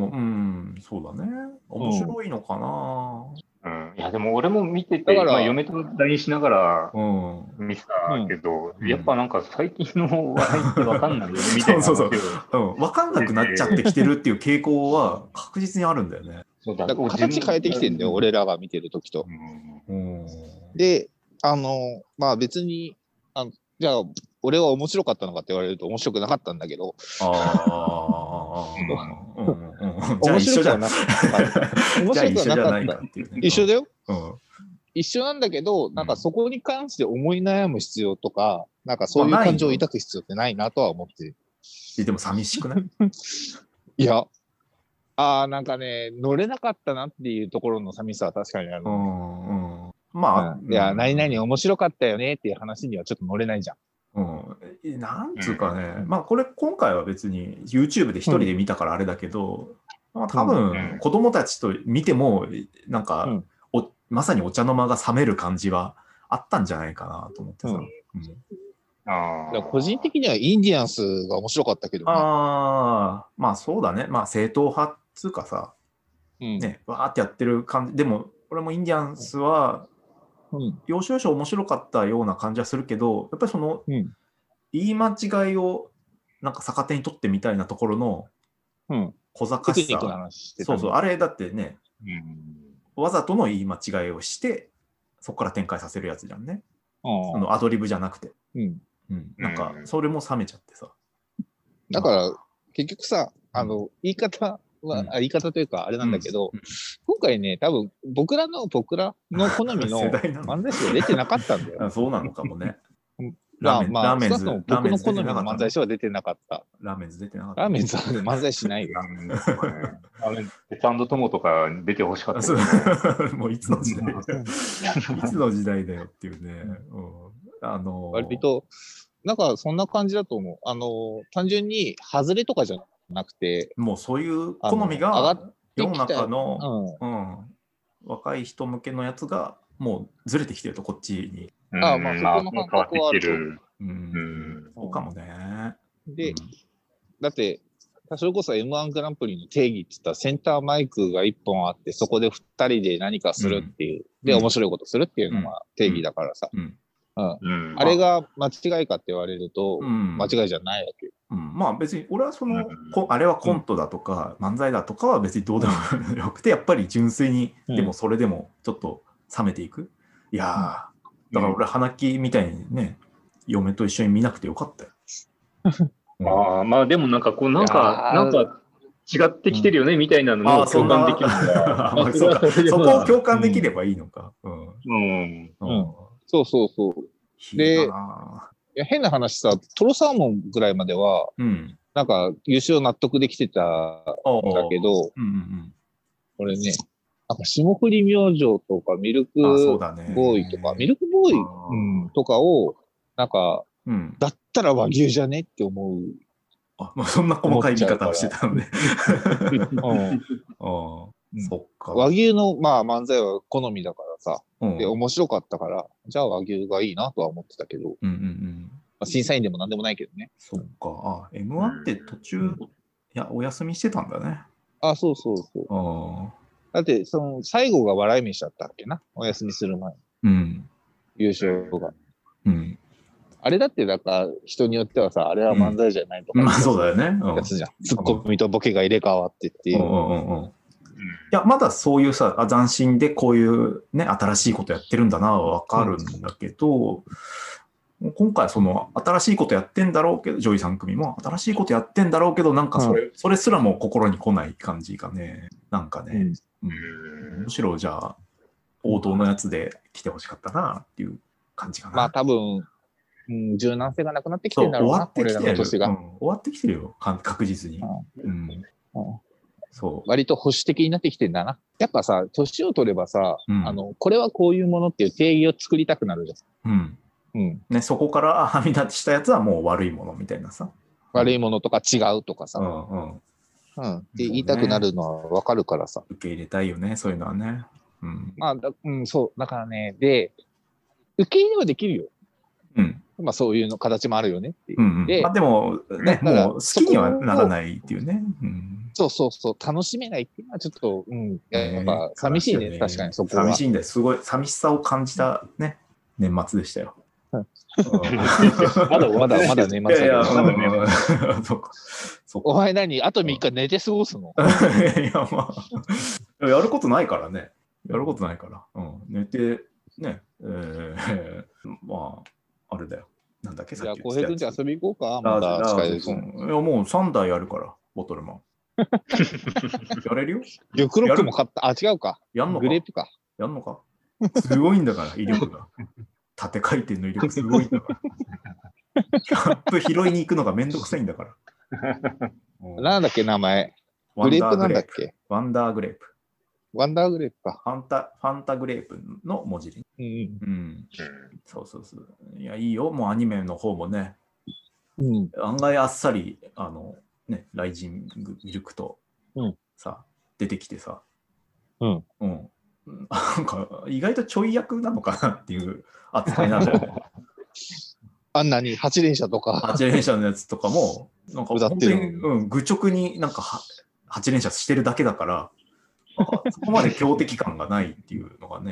そうだね。面白いのかな。 うん、いや、でも俺も見てて、まあ、嫁と ライン しながら見てたけど、うん、やっぱなんか最近の笑いって分かんないよね、みたいな。 そうそうそう、うん。分かんなくなっちゃってきてるっていう傾向は確実にあるんだよね。 そうだ、形変えてきてんだよ、俺らが見てるときと。うん、で、あの、まあ別に、あのじゃあ、俺は面白かったのかって言われると面白くなかったんだけど。ああ。 面白くはなかった。面白くはなかった。一緒だよ。うん、一緒なんだけど、なんかそこに関して思い悩む必要とか、なんかそういう感情を抱く必要ってないなとは思って。 でも寂しくないいや、ああ、なんかね、乗れなかったなっていうところの寂しさは確かにある。うんうんまあ、うん、いや、何々面白かったよねっていう話にはちょっと乗れないじゃん。 うん、なんつうかね、うん、まあこれ今回は別に YouTube で一人で見たからあれだけど、うん、まあ、多分子供たちと見てもなんか、うん、おまさにお茶の間が冷める感じはあったんじゃないかなと思ってさ。うんうん、 あ個人的にはインディアンスが面白かったけどね。 ああ、まあそうだね。まあ正統派っつうかさ、うん、ね、わーってやってる感じ。でも俺もインディアンスは、 うん、要所要所面白かったような感じはするけど、やっぱりその、うん、言い間違いをなんか逆手に取ってみたいなところの小賢しさ、うん、そうそう、あれだってね、うん、わざとの言い間違いをしてそこから展開させるやつじゃんね。そのアドリブじゃなくて、うんうん、なんかそれも冷めちゃってさ。 だから結局さ、あの言い方は、うん、言い方というかあれなんだけど、うん、今回ね、多分僕らの僕らの好みの漫才師が出てなかったんだよ。 そうなのかもね。 まあまあ、ラーメンズ僕の好みの漫才師は出てなかった。 ラーメンズ出てなかった。 ラーメンズは漫才しないよ。 サンドトモとか出てほしかった。 もういつの時代だよ。いつの時代だよっていうね。うん、あのー、 割と、なんかそんな感じだと思う。あのー、単純に外れとかじゃなくて、 もうそういう好みが世の中の、うんうん、若い人向けのやつがもうずれてきてると、こっちに。 ああ、まあ、そこの感覚はある。 うん。そうかもね。 で、うん、だって、それこそ エムワン グランプリの定義って言ったら、センターマイクがいっぽんあって、そこでふたりで何かするっていう、うん、で、面白いことするっていうのが定義だからさ。うん。うんうん、あれが間違いかって言われると、うん、間違いじゃないわけよ。 うん、まあ別に、俺はその、うん、あれはコントだとか、うん、漫才だとかは別にどうでもよくて、やっぱり純粋に、うん、でもそれでもちょっと冷めていく。いやー、だから俺、花木みたいにね、嫁と一緒に見なくてよかったよ。 うん、ああ、まあでもなんかこう、なんか、なんか違ってきてるよね、うん、みたいなのを共感できるんだ。 まあ、そうか、そこを共感できればいいのか。うん。うん。 うんうんそうそうそう。で、いや変な話さ、トロサーモンぐらいまでは、うん、なんか優勝納得できてたんだけど、うんうんうん、これね、なんか霜降り明星とかミルクボーイとか、ね、ミルクボーイ、うん、とかを、なんか、うん、だったら和牛じゃねって思う。 あ、まあ、そんな細かい見方をしてたので。あそっか。 和牛の、まあ、漫才は好みだからさ、うん、で面白かったから、じゃあ和牛がいいなとは思ってたけど、うんうんうんまあ、審査員でもなんでもないけどね。 そっか。あ、エムワン って途中、うん、いや、お休みしてたんだね。 あ、そうそうそう。あだって、その、最後が笑い飯だったっけな、お休みする前に。うん。優勝が。うん。あれだって、だから、人によってはさ、あれは漫才じゃないとか、 うん。まあ、そうだよね。 やつじゃん。ツッコミとボケが入れ替わってっていう。うんうんうん。 いや、まだそういうさ、斬新でこういうね、新しいことやってるんだな、わかるんだけど、うん、今回その、新しいことやってんだろうけど、ジョイさん組も、新しいことやってんだろうけど、なんかそれ、うん、それすらも心に来ない感じがね、なんかね、うんうん、むしろじゃあ、王道のやつで来てほしかったな、っていう感じかな。 まあ多分、うん、柔軟性がなくなってきてるんだろうな、 終わってきてる、 俺らの年が、 うん。終わってきてるよ、確実に。うんうんうんそう割と保守的になってきてんだな。やっぱさ、年を取ればさ、うん、あの、これはこういうものっていう定義を作りたくなるじゃん。うん。 うんね、そこからはみ出したやつはもう悪いものみたいなさ。 悪いものとか違うとかさ。うんうん。うん。って言いたくなるのはわかるからさ、ね。 受け入れたいよね、そういうのはね。うん。 まあ、だうん、そう。だからね、で、受け入れはできるよ。うん。まあそういうの形もあるよねっていう。 うんうん、で、まあ、でもね、もう好きにはならないっていうね。うん、 そうそうそう、楽しめないっていうのはちょっと、うん、やっぱ寂しいね、ね確かにそこは。 寂しいんだよ、すごい寂しさを感じたね、年末でしたよ。 まだまだまだ年末だけど。そうか。お前何あとみっか寝て過ごすの？ いや、まあ、やることないからね。やることないから。うん、寝て、ね、えー、まあ、あれだよ。なんだっけ、さっき言ってたやつ。 じゃあ、浩平君じゃ遊び行こうか。また近いです。いや、 もうさんだいあるから、ボトルマン。やれるよ。 リュックロックも買った。あ、違うか。 やんのか。 グレープか。 やんのか。すごいんだから、威力が。縦回転の威力すごいんだから。キャップ拾いに行くのがめんどくさいんだから。 なんだっけ、名前。グレープなんだっけ。 ワンダーグレープ。 ワンダーグレープか。 ファンタ、ファンタグレープの文字に。うん。うん。そうそうそう。いや、いいよ。もうアニメの方もね。うん。案外あっさり、あの、ね、ライジングミルクと、うん、さ、出てきてさ。うん。うん。なんか、意外とちょい役なのかなっていう扱いなんだよね。 あんなにはち連射とか。 はち連射のやつとかも、なんか本当に、うん、愚直になんかはち連射してるだけだから、そこまで強敵感がないっていうのがね、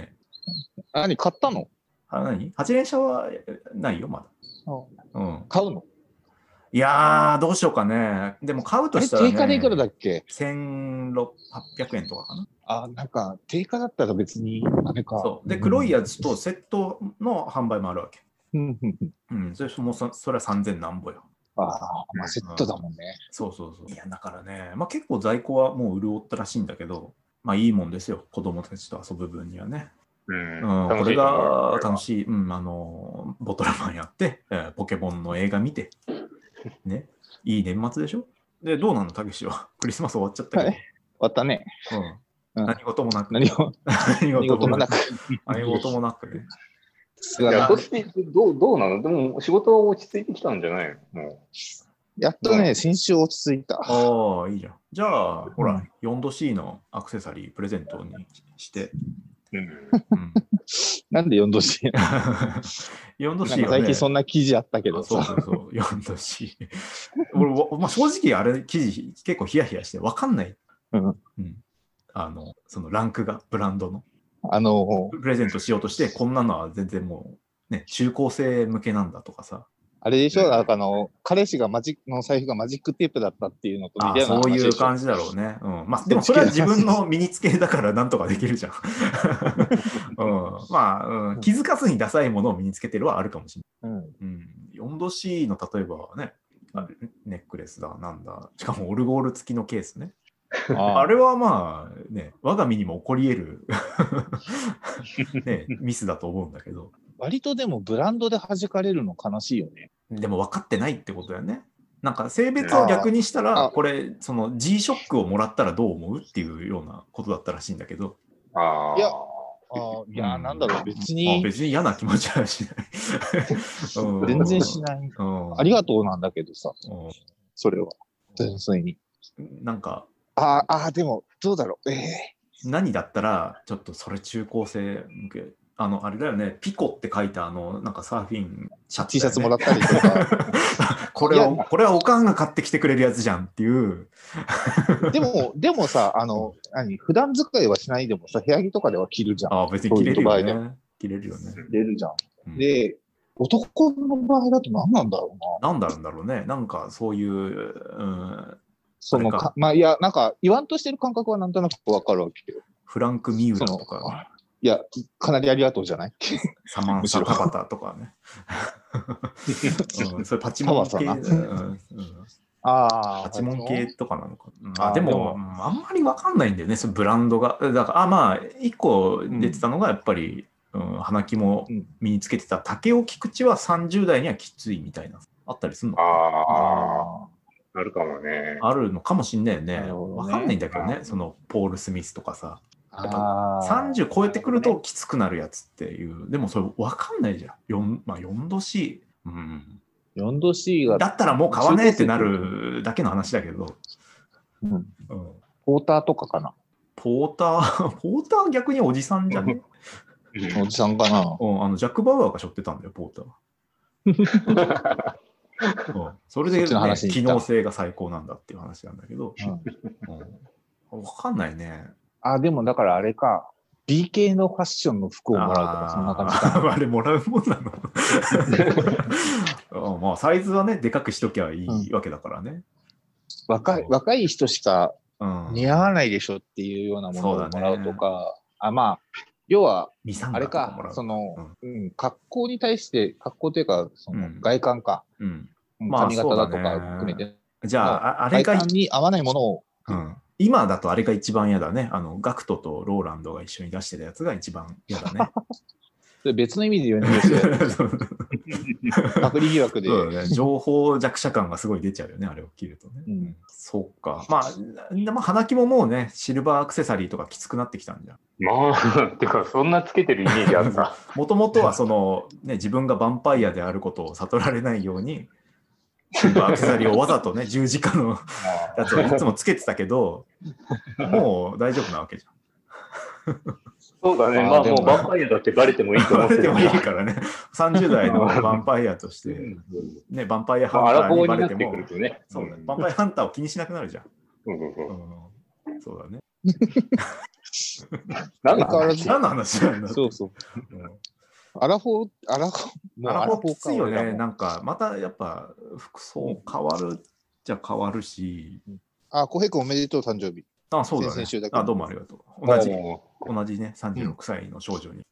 何買ったの？ あ、何はち連射はないよ、まだ。うん、 買うの？ いやー、どうしようかね。でも買うとしたら、ね、 定価でいくらだっけ？ せんはっぴゃくえんとかかな。 あ、なんか定価だったら別にあれか。 そうで、黒いやつとセットの販売もあるわけ。 うん、 うん、それもそそれはさんぜんなんぼよ。 ああ、まあセットだもんね、 うん。そうそうそう。いや、だからね、まあ結構在庫はもう潤ったらしいんだけど、まあいいもんですよ、子供たちと遊ぶ分にはね。うん、うん、これが楽しい、うん、あの、ボトルマンやって、えー、ポケモンの映画見て、ね、いい年末でしょ。で、どうなの、たけしは。クリスマス終わっちゃったけど。 はい、終わったね。 うん。何事もなく。 何事もなく。 何事もなくね。 いや、そしてどう、どうなの？でも仕事は落ち着いてきたんじゃないの？もう。 やっとね、先週落ち着いた。 ああ、いいじゃん。じゃあ、ほら、よんドシー のアクセサリープレゼントにして。うん。 なんで よんドシー？ よんドシー はね、 最近そんな記事あったけどさ。そうそうそう、よんドシー。俺、まあ、正直あれ、記事結構ヒヤヒヤして分かんない。うん。うん、あの、そのランクが、ブランドの。あの、プレゼントしようとして、こんなのは全然もう、ね、中高生向けなんだとかさ。 あれでしょ、なんかあの、彼氏がマジの財布がマジックテープだったっていうのと似たような話でしょ。 そういう感じだろうね。うん。まあ、でもそれは自分の身につけだからなんとかできるじゃん。うん。まあ、うん、気づかずにダサいものを身につけてるはあるかもしれない。うん。うん、よんドシー の例えばね、ネックレスだ、なんだ。しかもオルゴール付きのケースね。あ, あれはまあね、我が身にも起こり得る、ね、ミスだと思うんだけど。 割とでもブランドで弾かれるの悲しいよね。 でも分かってないってことだよね。なんか性別を逆にしたら、これ、その G ショックをもらったらどう思うっていうようなことだったらしいんだけど。 あいや、あいや、うん、なんだろう、別に。 別に嫌な気持ちはしない。うん、 全然しない、うん。ありがとうなんだけどさ、うん、それは。純粋に。 なんか。 ああ、でも、どうだろう。えー、何だったら、ちょっとそれ中高生向け、あの、あれだよね、ピコって書いた、あの、なんかサーフィンシャツ、ね、T シャツもらったりとか。 これを、これはおかんが買ってきてくれるやつじゃんっていう。 でも、でもさ、あの、何、普段使いはしないでもさ、部屋着とかでは着るじゃん。 ああ、別に着れるよね。着れるよね。 着れるじゃん。うん、で、男の場合だと何なんだろうな。何だろうんだろうね。なんかそういう、うん、 そのか、まあ、いや、なんか、言わんとしてる感覚はなんとなくわかるわけよ。 フランク・ミューラとか。 いや、かなりありがとうじゃないサマンサ・タバタとかね。うん、それパチモン系。うん、あパチモン系とかなのか。あでも、あんまりわかんないんだよね、そのブランドが。だから、あまあ、一個出てたのが、やっぱり、うん、花木も身につけてた竹尾菊池はさんじゅう代にはきついみたいな。あったりするのかな。 ああ。あるかもね。 あるのかもしんないよね。わ、ね、かんないんだけどね、そのポール・スミスとかさ。やっぱさんじゅう超えてくるときつくなるやつっていう。でもそれわかんないじゃん。よん、まあ、よんドシー。うん。 よんドシー が。 だったらもう買わねえってなるだけの話だけど。 うん。うん、ポーターとかかな。 ポーター、ポーター逆におじさんじゃねおじさんかな。 うん、あの、ジャック・バウアーが背負ってたんだよ、ポーター。うん、それで、ね、機能性が最高なんだっていう話なんだけど、うんうん、分かんないね。 あ、でもだからあれか、B 系のファッションの服をもらうとか、そんな感じかな。 あれもらうもんなのまあ、サイズはね、でかくしときゃいいわけだからね。うん、 若い、若い人しか似合わないでしょっていうようなものをもらうとか、ね、あ、まあ、要は、あれか、その、うん、格好に対して、格好というか、その外観か、うんうん、髪型だとか含めて、まあ、 じゃあ、あれが、 外観に合わないものを、 うん、今だとあれが一番嫌だね。あの、ガクトとローランドが一緒に出してるやつが一番嫌だね。 それ別の意味で言うんですよ。パクリ疑惑で、 ね。情報弱者感がすごい出ちゃうよね、あれを着るとね。うん、そうか。まあ、まあ、花木ももうね、シルバーアクセサリーとかきつくなってきたんじゃん。 まあ、てか、そんなつけてるイメージあった。 もともとはその、ね、自分がヴァンパイアであることを悟られないように、シルバーアクセサリーをわざとね、十字架のやつをいつもつけてたけど、もう大丈夫なわけじゃん。 そうだね、まあもうヴァンパイアだってバレてもいいと思ってバレてもいいからね、さんじゅう代のヴァンパイアとして、ね、ヴァンパイアハンターにバレても、 まあ、てね、 そうね、ヴァンパイアハンターを気にしなくなるじゃん。うんうんうん、そうだね。 何の話何の話なんだ。 そうそう。アラフォー、アラフォー、 アラフォーきついよね。なんか、またやっぱ服装変わるじゃ変わるし。 あ、小平君おめでとう、誕生日。 あ、そうだね。あ、どうもありがとう。同じ、同じね、さんじゅうろくさいの少女に。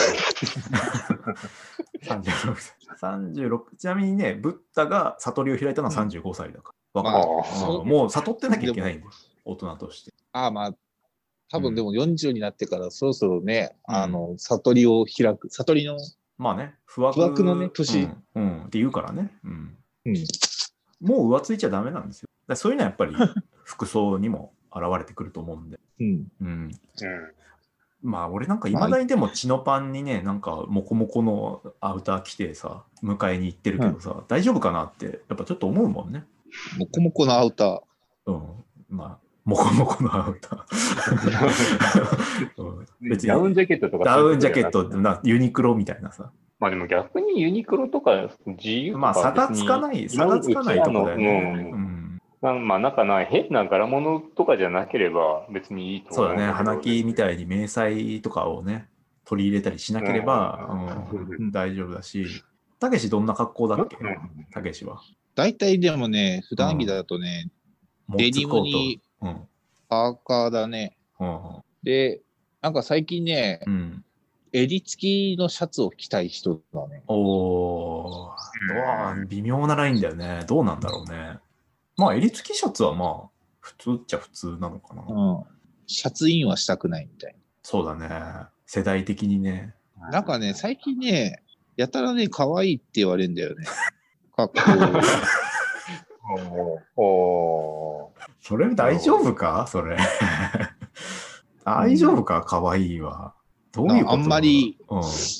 さんじゅうろくさい。さんじゅうろく、ちなみにね、ブッダが悟りを開いたのはさんじゅうごさいだから。わ、うん、かる、まあうん。もう悟ってなきゃいけないんだよ。大人として。 ああ、まあ、多分でもよんじゅうになってからそろそろね、うん、あの、悟りを開く。悟りの。 まあね、不惑、 不惑のね、年、 うん。うん。って言うからね。うん。 うん、 もう浮ついちゃダメなんですよ。だそういうのはやっぱり服装にも現れてくると思うんで。 うん。 うん。まあ俺なんかいまだにでもチノパンにね、なんかモコモコのアウター着てさ、迎えに行ってるけどさ、うん、大丈夫かなってやっぱちょっと思うもんね。 モコモコのアウター。 うん。まあ、モコモコのアウター。うん、別にダウンジャケットとか。 ダウンジャケットな、ユニクロみたいなさ。 まあでも逆にユニクロとか自由とかまあ差がつかない、差がつかないとこだよね。うん。 まあなんかない変な柄物とかじゃなければ別にいいと思う。 そうだね、花木みたいに迷彩とかをね、取り入れたりしなければ、うんうん、大丈夫だし、たけしどんな格好だっけ、たけしは。 大体でもね、普段着だとね、うん、デニムにパーカーだね、うん。で、なんか最近ね、うん、襟付きのシャツを着たい人だね。 おー、微妙なラインだよね。どうなんだろうね。まあ、襟付きシャツはまあ、普通っちゃ普通なのかな。 うん。シャツインはしたくないみたいな。 そうだね。世代的にね。 なんかね、最近ね、やたらね、可愛いって言われるんだよね。かっこいい。おー。 それ大丈夫かそれ。大丈夫か、可愛いは。どういうこと？ あんまり。 うん、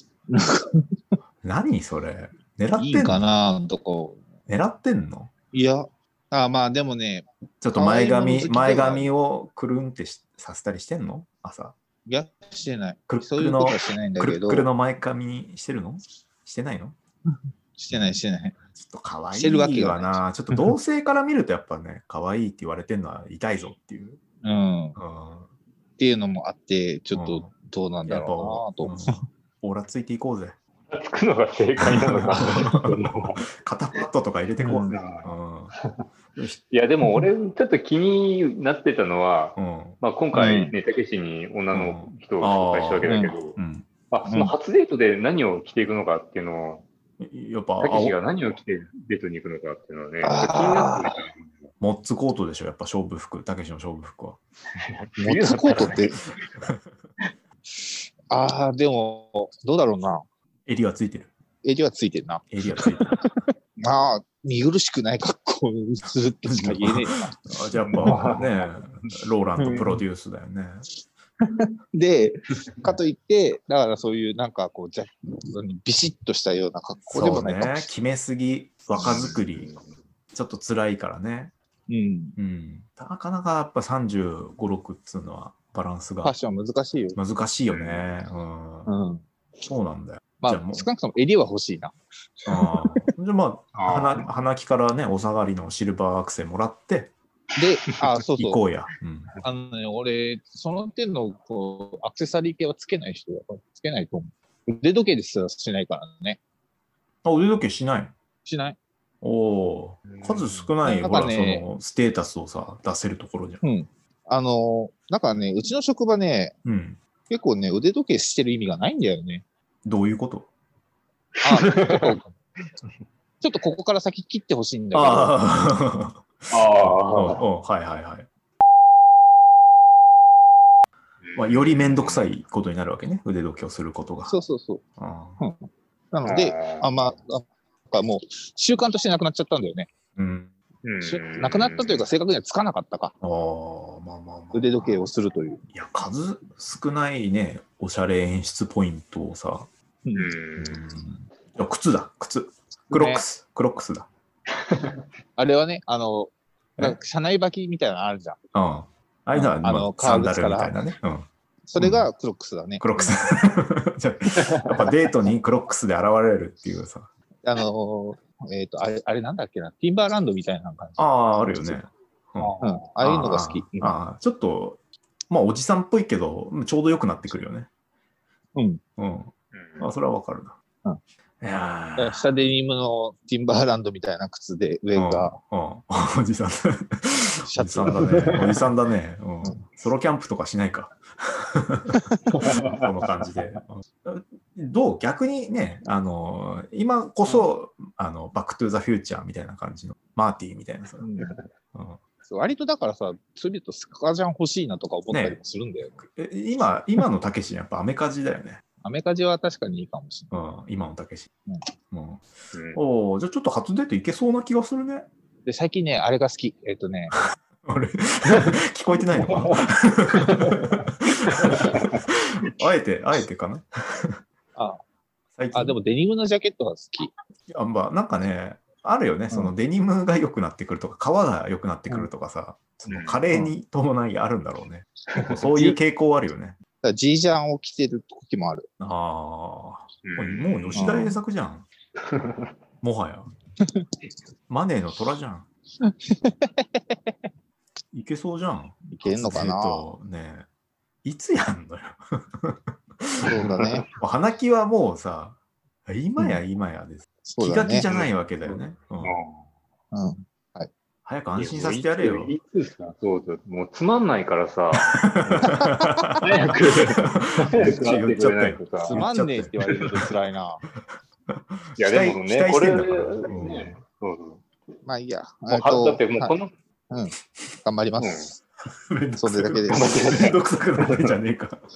何それ。狙ってんの？いいかなとか。 狙ってんの？ いや。あまあでもね、 ちょっと前髪、前髪をくるんってさせたりしてんの？朝。 いや、してない。 くるそういうことはしてないんだけど。 くるくるの前髪してるの？してないの？ してない、してない。 ちょっと可愛いわな。ちょっと同性から見るとやっぱね、可愛いって言われてるのは痛いぞっていう。 うん。うん、っていうのもあって、ちょっとどうなんだろうなと思う。 オーラついていこうぜ。 つくのが正解なのか。 肩パッドとか入れてこうぜ。 いやでも俺ちょっと気になってたのは、うん、まあ今回ね、たけしに女の人を紹介したわけだけど、うん、あその初デートで何を着ていくのかっていうのを、やっぱたけしが何を着てデートに行くのかっていうのはね、気になってた。 モッツコートでしょ、やっぱ勝負服、たけしの勝負服は。 モッツコートってああ、でも、どうだろうな。 襟はついてる。 襟はついてるな。 襟はついてる。 まあ、見苦しくない格好をするってしか言えねえな。 あじゃあやっぱね、ローランドプロデュースだよね。 で、かといって、だからそういうなんかこう、じゃビシッとしたような格好でもないかもしれない。 そうね、決めすぎ、若作り、ちょっと辛いからね。 うん。 うん。なかなかやっぱさんじゅうご、ろくっていうのはバランスが。 ファッション難しいよ。 難しいよね。うん。うん、そうなんだよ。 まあ、少なくとも襟は欲しいな。 あじゃあまあ、花, 花木からね、お下がりのシルバーアクセもらって、 で、あそうそう。 行こうや。うん、 あのね、俺、その点のこうアクセサリー系はつけない人はつけないと思う。腕時計ですらしないからね。 あ、腕時計しないしない。 おお、数少ない、ほら、ね、そのステータスをさ、出せるところじゃん。 うん。あの、なんかね、うちの職場ね、うん、結構ね、腕時計してる意味がないんだよね。 どういうこと？ あちょっと、ちょっとここから先切ってほしいんだけど。ああ。ああ。はいはいはい。まあ、よりめんどくさいことになるわけね、腕時計をすることが。 そうそうそう。あうん、なので、あまあ、もう習慣としてなくなっちゃったんだよね。うん。なくなったというか、正確にはつかなかったか。あまあまあまあ、腕時計をするという。 いや、数少ないね、おしゃれ演出ポイントをさ。うん。うん、靴だ、靴。クロックス、ね、クロックスだ。 あれはね、あの、なんか車内履きみたいなのあるじゃん。うん。ああいうのは、あの、サンダルみたいなね。うん。 それがクロックスだね。 クロックス。やっぱデートにクロックスで現れるっていうさ。 あの、えっと、あれ、あれなんだっけな、ティンバーランドみたいな感じ。 ああ、あるよね。 うん。ああいうのが好き。 ああ、ちょっと、 まあおじさんっぽいけど、ちょうど良くなってくるよね。 うん。 うん。あ、それはわかるな。 うん。 いやー下デニムのティンバーランドみたいな靴で、上が。 うん。うん、おじさん。シャツだね。おじさんだね。うん。ソロキャンプとかしないか。この感じで。どう逆にね、あの、今こそ、うん、あの、バックトゥーザフューチャーみたいな感じの、マーティーみたいなさ。うんうん割とだからさ、それ言うとスカジャン欲しいなとか思ったりもするんだよ。 ね、え今、今のたけしやっぱアメカジだよね。 アメカジは確かにいいかもしれない。 うん、今のたけし。うん。うん、 うん、 おじゃあちょっと初デートいけそうな気がするね。 で、最近ね、あれが好き。えっとね。 あれ聞こえてないのかなあえて、あえてかなあ最近あ、でもデニムのジャケットが好き。 あ、まあ、なんかね、あるよね、そのデニムが良くなってくるとか、革が良くなってくるとかさ、うん、その加齢に伴いあるんだろうね。うん、そういう傾向あるよね。 ジージャンを着てる時もある。 ああ、もう吉田栄作じゃん。もはや。マネーの虎じゃん。いけそうじゃん。 いけんのかなねえ。いつやんのよ。 そうだね。 花木はもうさ、今や今やです。うん、気が気じゃないわけだよね。うん。 うん。はい。 早く安心させてやれよ。 いつさ、そうそう。もうつまんないからさ。早く、早く会ってくれないとさ。 つまんねえって言われると辛いな。 いや、でもね、これ、ね、そうそう。 まあいいや。 もうだってもうこの、 うん。頑張ります。それだけで。 めんどくさくなってんじゃねえか。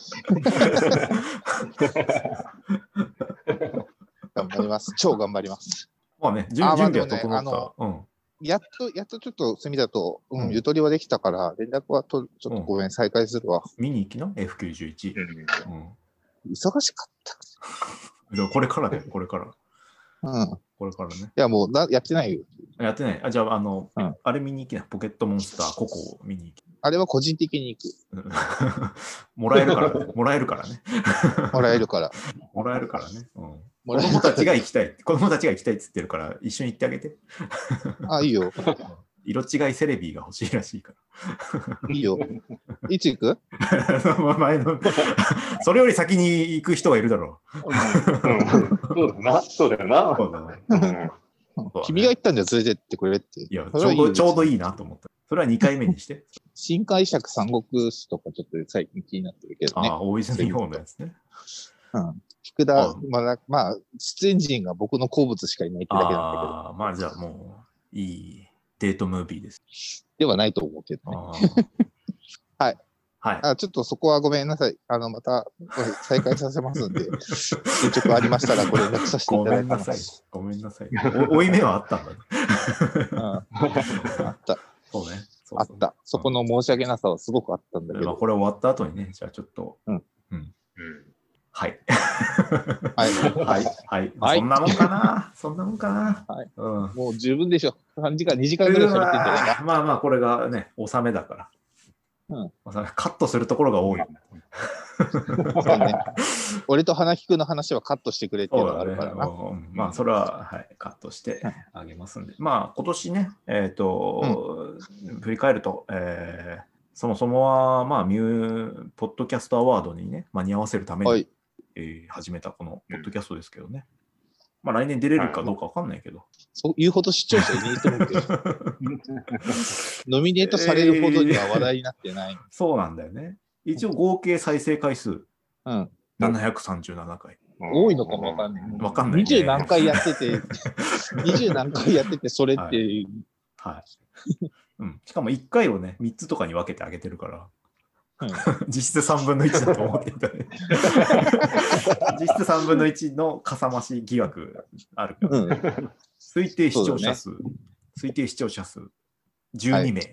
頑張ります。超頑張ります。 まあね、準備は整った。うん。 やっと、やっとちょっと隅田と、うん、ゆとりはできたから、連絡はとちょっとごめん、再開するわ。 見に行きな エフきゅうじゅういち。 忙しかった。 でもこれからだよ、これから。 うん。 これからね。 いや、もうな、やってないよ。 やってない。あ、じゃあ、あの、うん、あれ見に行きな。ポケットモンスター、ココを見に行き。 あれは個人的に行く。もらえるから、ね、もらえるからね。 もらえるから。 もらえるからね。うん、子供たちが行きたい。子供たちが行きたいって言ってるから、一緒に行ってあげて。 あ、いいよ。 色違いセレビが欲しいらしいから。いいよ。いつ行く前のそれより先に行く人がいるだろう。 そうだな。そうだよな。そうだね。君が言ったんじゃ連れてってくれって。 いや、ちょうど、ちょうどいいなと思った。それはにかいめにして。 新解釈三国志とかちょっと最近気になってるけどね。 ああ、大泉洋のやつね。 うん。福田、まあ、まあ、出演陣が僕の好物しかいないってだけなんだけど。 ああ、まあじゃあもう、いいデートムービーです。 ではないと思うけどね。はい。はい。あ、ちょっとそこはごめんなさい。あの、また再開させますんで、進捗ありましたらご連絡させていただきます。 ごめんなさい。ごめんなさい。お、追い目はあったんだね。 うん、あった。 そうね。 あった。そこの申し訳なさはすごくあったんだけど。まあ、 これ終わった後にね、じゃあちょっと。 うん。 うん。はい。 はい。 はい。はい。そんなもんかな。そんなもんかな。 はい。うん。もう十分でしょ。さんじかん、にじかんぐらい喋ってんじゃないか。 まあまあ、これがね、納めだから。うん。カットするところが多い。 そうね。俺と花木くんの話はカットしてくれっていうのがあるからな。 まあ、それは、はい、カットしてあげますんで。まあ、今年ね、えっと、振り返ると、えー、そもそもは、まあ、ミュー、ポッドキャストアワードにね、間に合わせるために、はい、えー、始めたこのポッドキャストですけどね。まあ、来年出れるかどうかわかんないけど。 そういうほど視聴者いないと思うけど。ノミネートされるほどには話題になってない。 えー、そうなんだよね。一応合計再生回数、うん、ななひゃくさんじゅうななかい。 多いのかもわかんない。 わかんない、ね。 にじゅう何回やってて、にじゅう何回やってて、それっていう。 はい。はいうん、しかもいっかいをね、みっつとかに分けてあげてるから。うん、実質さんぶんのいちだと思っていたね。実質さんぶんのいちのかさ増し疑惑あるから、ねうん、推定視聴者数、ね、推定視聴者数じゅうにめい。はい、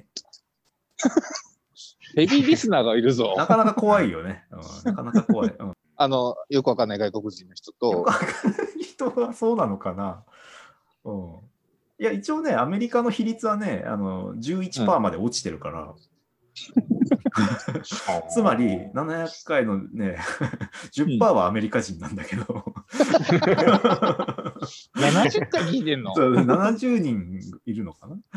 ヘビーリスナーがいるぞ。 なかなか怖いよね。うん、なかなか怖い、うん。 あの、よくわかんない外国人の人と。 よくわかんない人はそうなのかな。うん、いや、一応ね、アメリカの比率はね、あの じゅういちパーセント まで落ちてるから。 つまりななひゃっかいのね じゅっパーセント はアメリカ人なんだけど、 ななじゅっかい聞いてんの？ ななじゅうにんいるのかな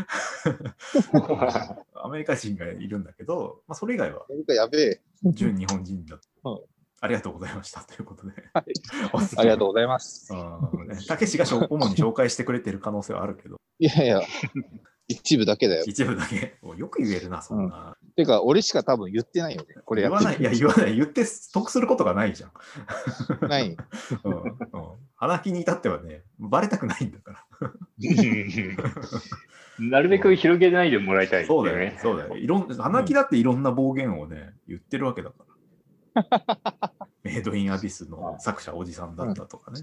アメリカ人がいるんだけど、まあ、それ以外はやべえ純日本人だ、うん、ありがとうございましたということで、 はい、ありがとうございます。 たけしが主に紹介してくれてる可能性はあるけど、 いやいや一部だけだよ。 一部だけ。よく言えるな、そんな。 うん、てか、俺しか多分言ってないよね。これやって言わない。いや、言わない。言って得することがないじゃん。 ない。 うん。うん。花木に至ってはね、バレたくないんだから。 なるべく広げないでもらいたい、ね。 そうだよね。そうだよね。いろん、花木だっていろんな暴言をね、言ってるわけだから。メイドインアビスの作者おじさんだったとかね。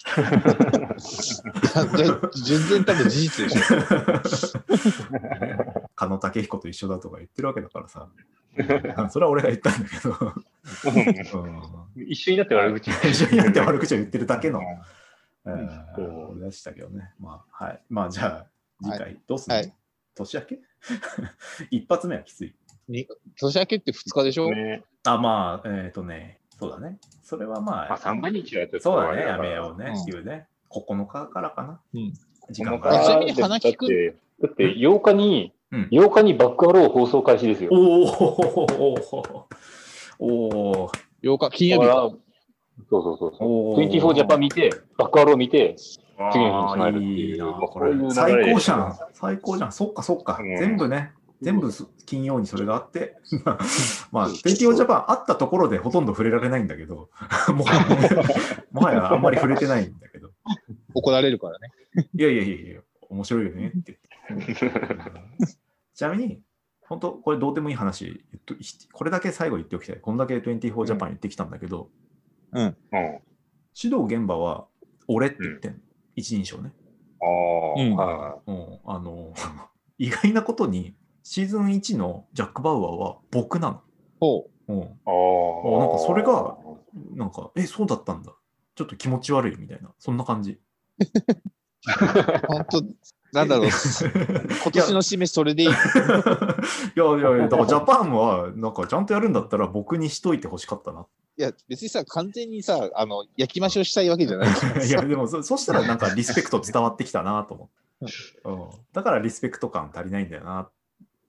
全然多分事実でしょ。 狩野武彦と一緒だとか言ってるわけだからさ。それは俺が言ったんだけど。 うん、一緒になって悪口一緒になって悪口を言ってるだけの。俺でしたけどね。まあ、はい。まあ、じゃあ、次回どうするの、はい、年明け一発目はきつい。 年明けってふつかでしょ、 ね、あ、まあ、えっ、ー、とね、そうだね。それはまあ、 まあ、三が日はちょっとそうだね、やめようね、っていうね。ここのかからかな。うん。 時間が。ちなみに花木くん。 だってようかに、うん、ようかにバックアロー放送開始ですよ。 おおおおようか、金曜日か。 そうそうそうそう。にじゅうよんジャパン見て、バックアロー見て、次の日にしまえるっていう。 これ最高じゃん。最高じゃん。そっかそっか。うん、全部ね。全部金曜にそれがあって、まあ、にじゅうよんジャパンあったところでほとんど触れられないんだけど、もはや、もはやあんまり触れてないんだけど。 怒られるからね。 いやいやいやいや、面白いよねって言って。ちなみに、本当、これどうでもいい話、これだけ最後言っておきたい。こんだけにじゅうよんジャパン言ってきたんだけど、 うん。うん、 指導現場は俺って言ってんの、うん、一人称ね。 ああ、 うん、あの、意外なことに、シーズンいちのジャック・バウアーは僕なの。 ほう。 うん。ああ。なんかそれが、なんか、え、そうだったんだ。ちょっと気持ち悪いみたいな、そんな感じ。 本当、なんだろう。今年の締めそれでいい。いやいやいや、だからジャパンは、なんかちゃんとやるんだったら僕にしといてほしかったな。 いや、別にさ、完全にさ、あの、焼き増しをしたいわけじゃないじゃん。 いや、でもそ、そしたらなんかリスペクト伝わってきたなと思って。うん。だからリスペクト感足りないんだよなって。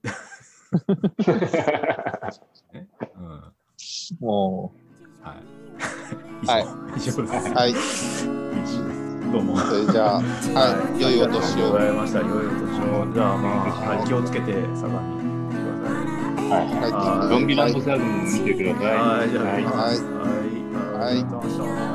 ね、うん、 もう、はい。 はい。 以上です。 はい。 どうも。 それじゃあ、はい。良いお年を。 ありがとうございました。良いお年を。じゃあ、まあ、はい、気をつけて、佐賀に来てください。 はい。ゾンビランドサードも見てください。 はい。はい。 はい。はい。 はい。はい。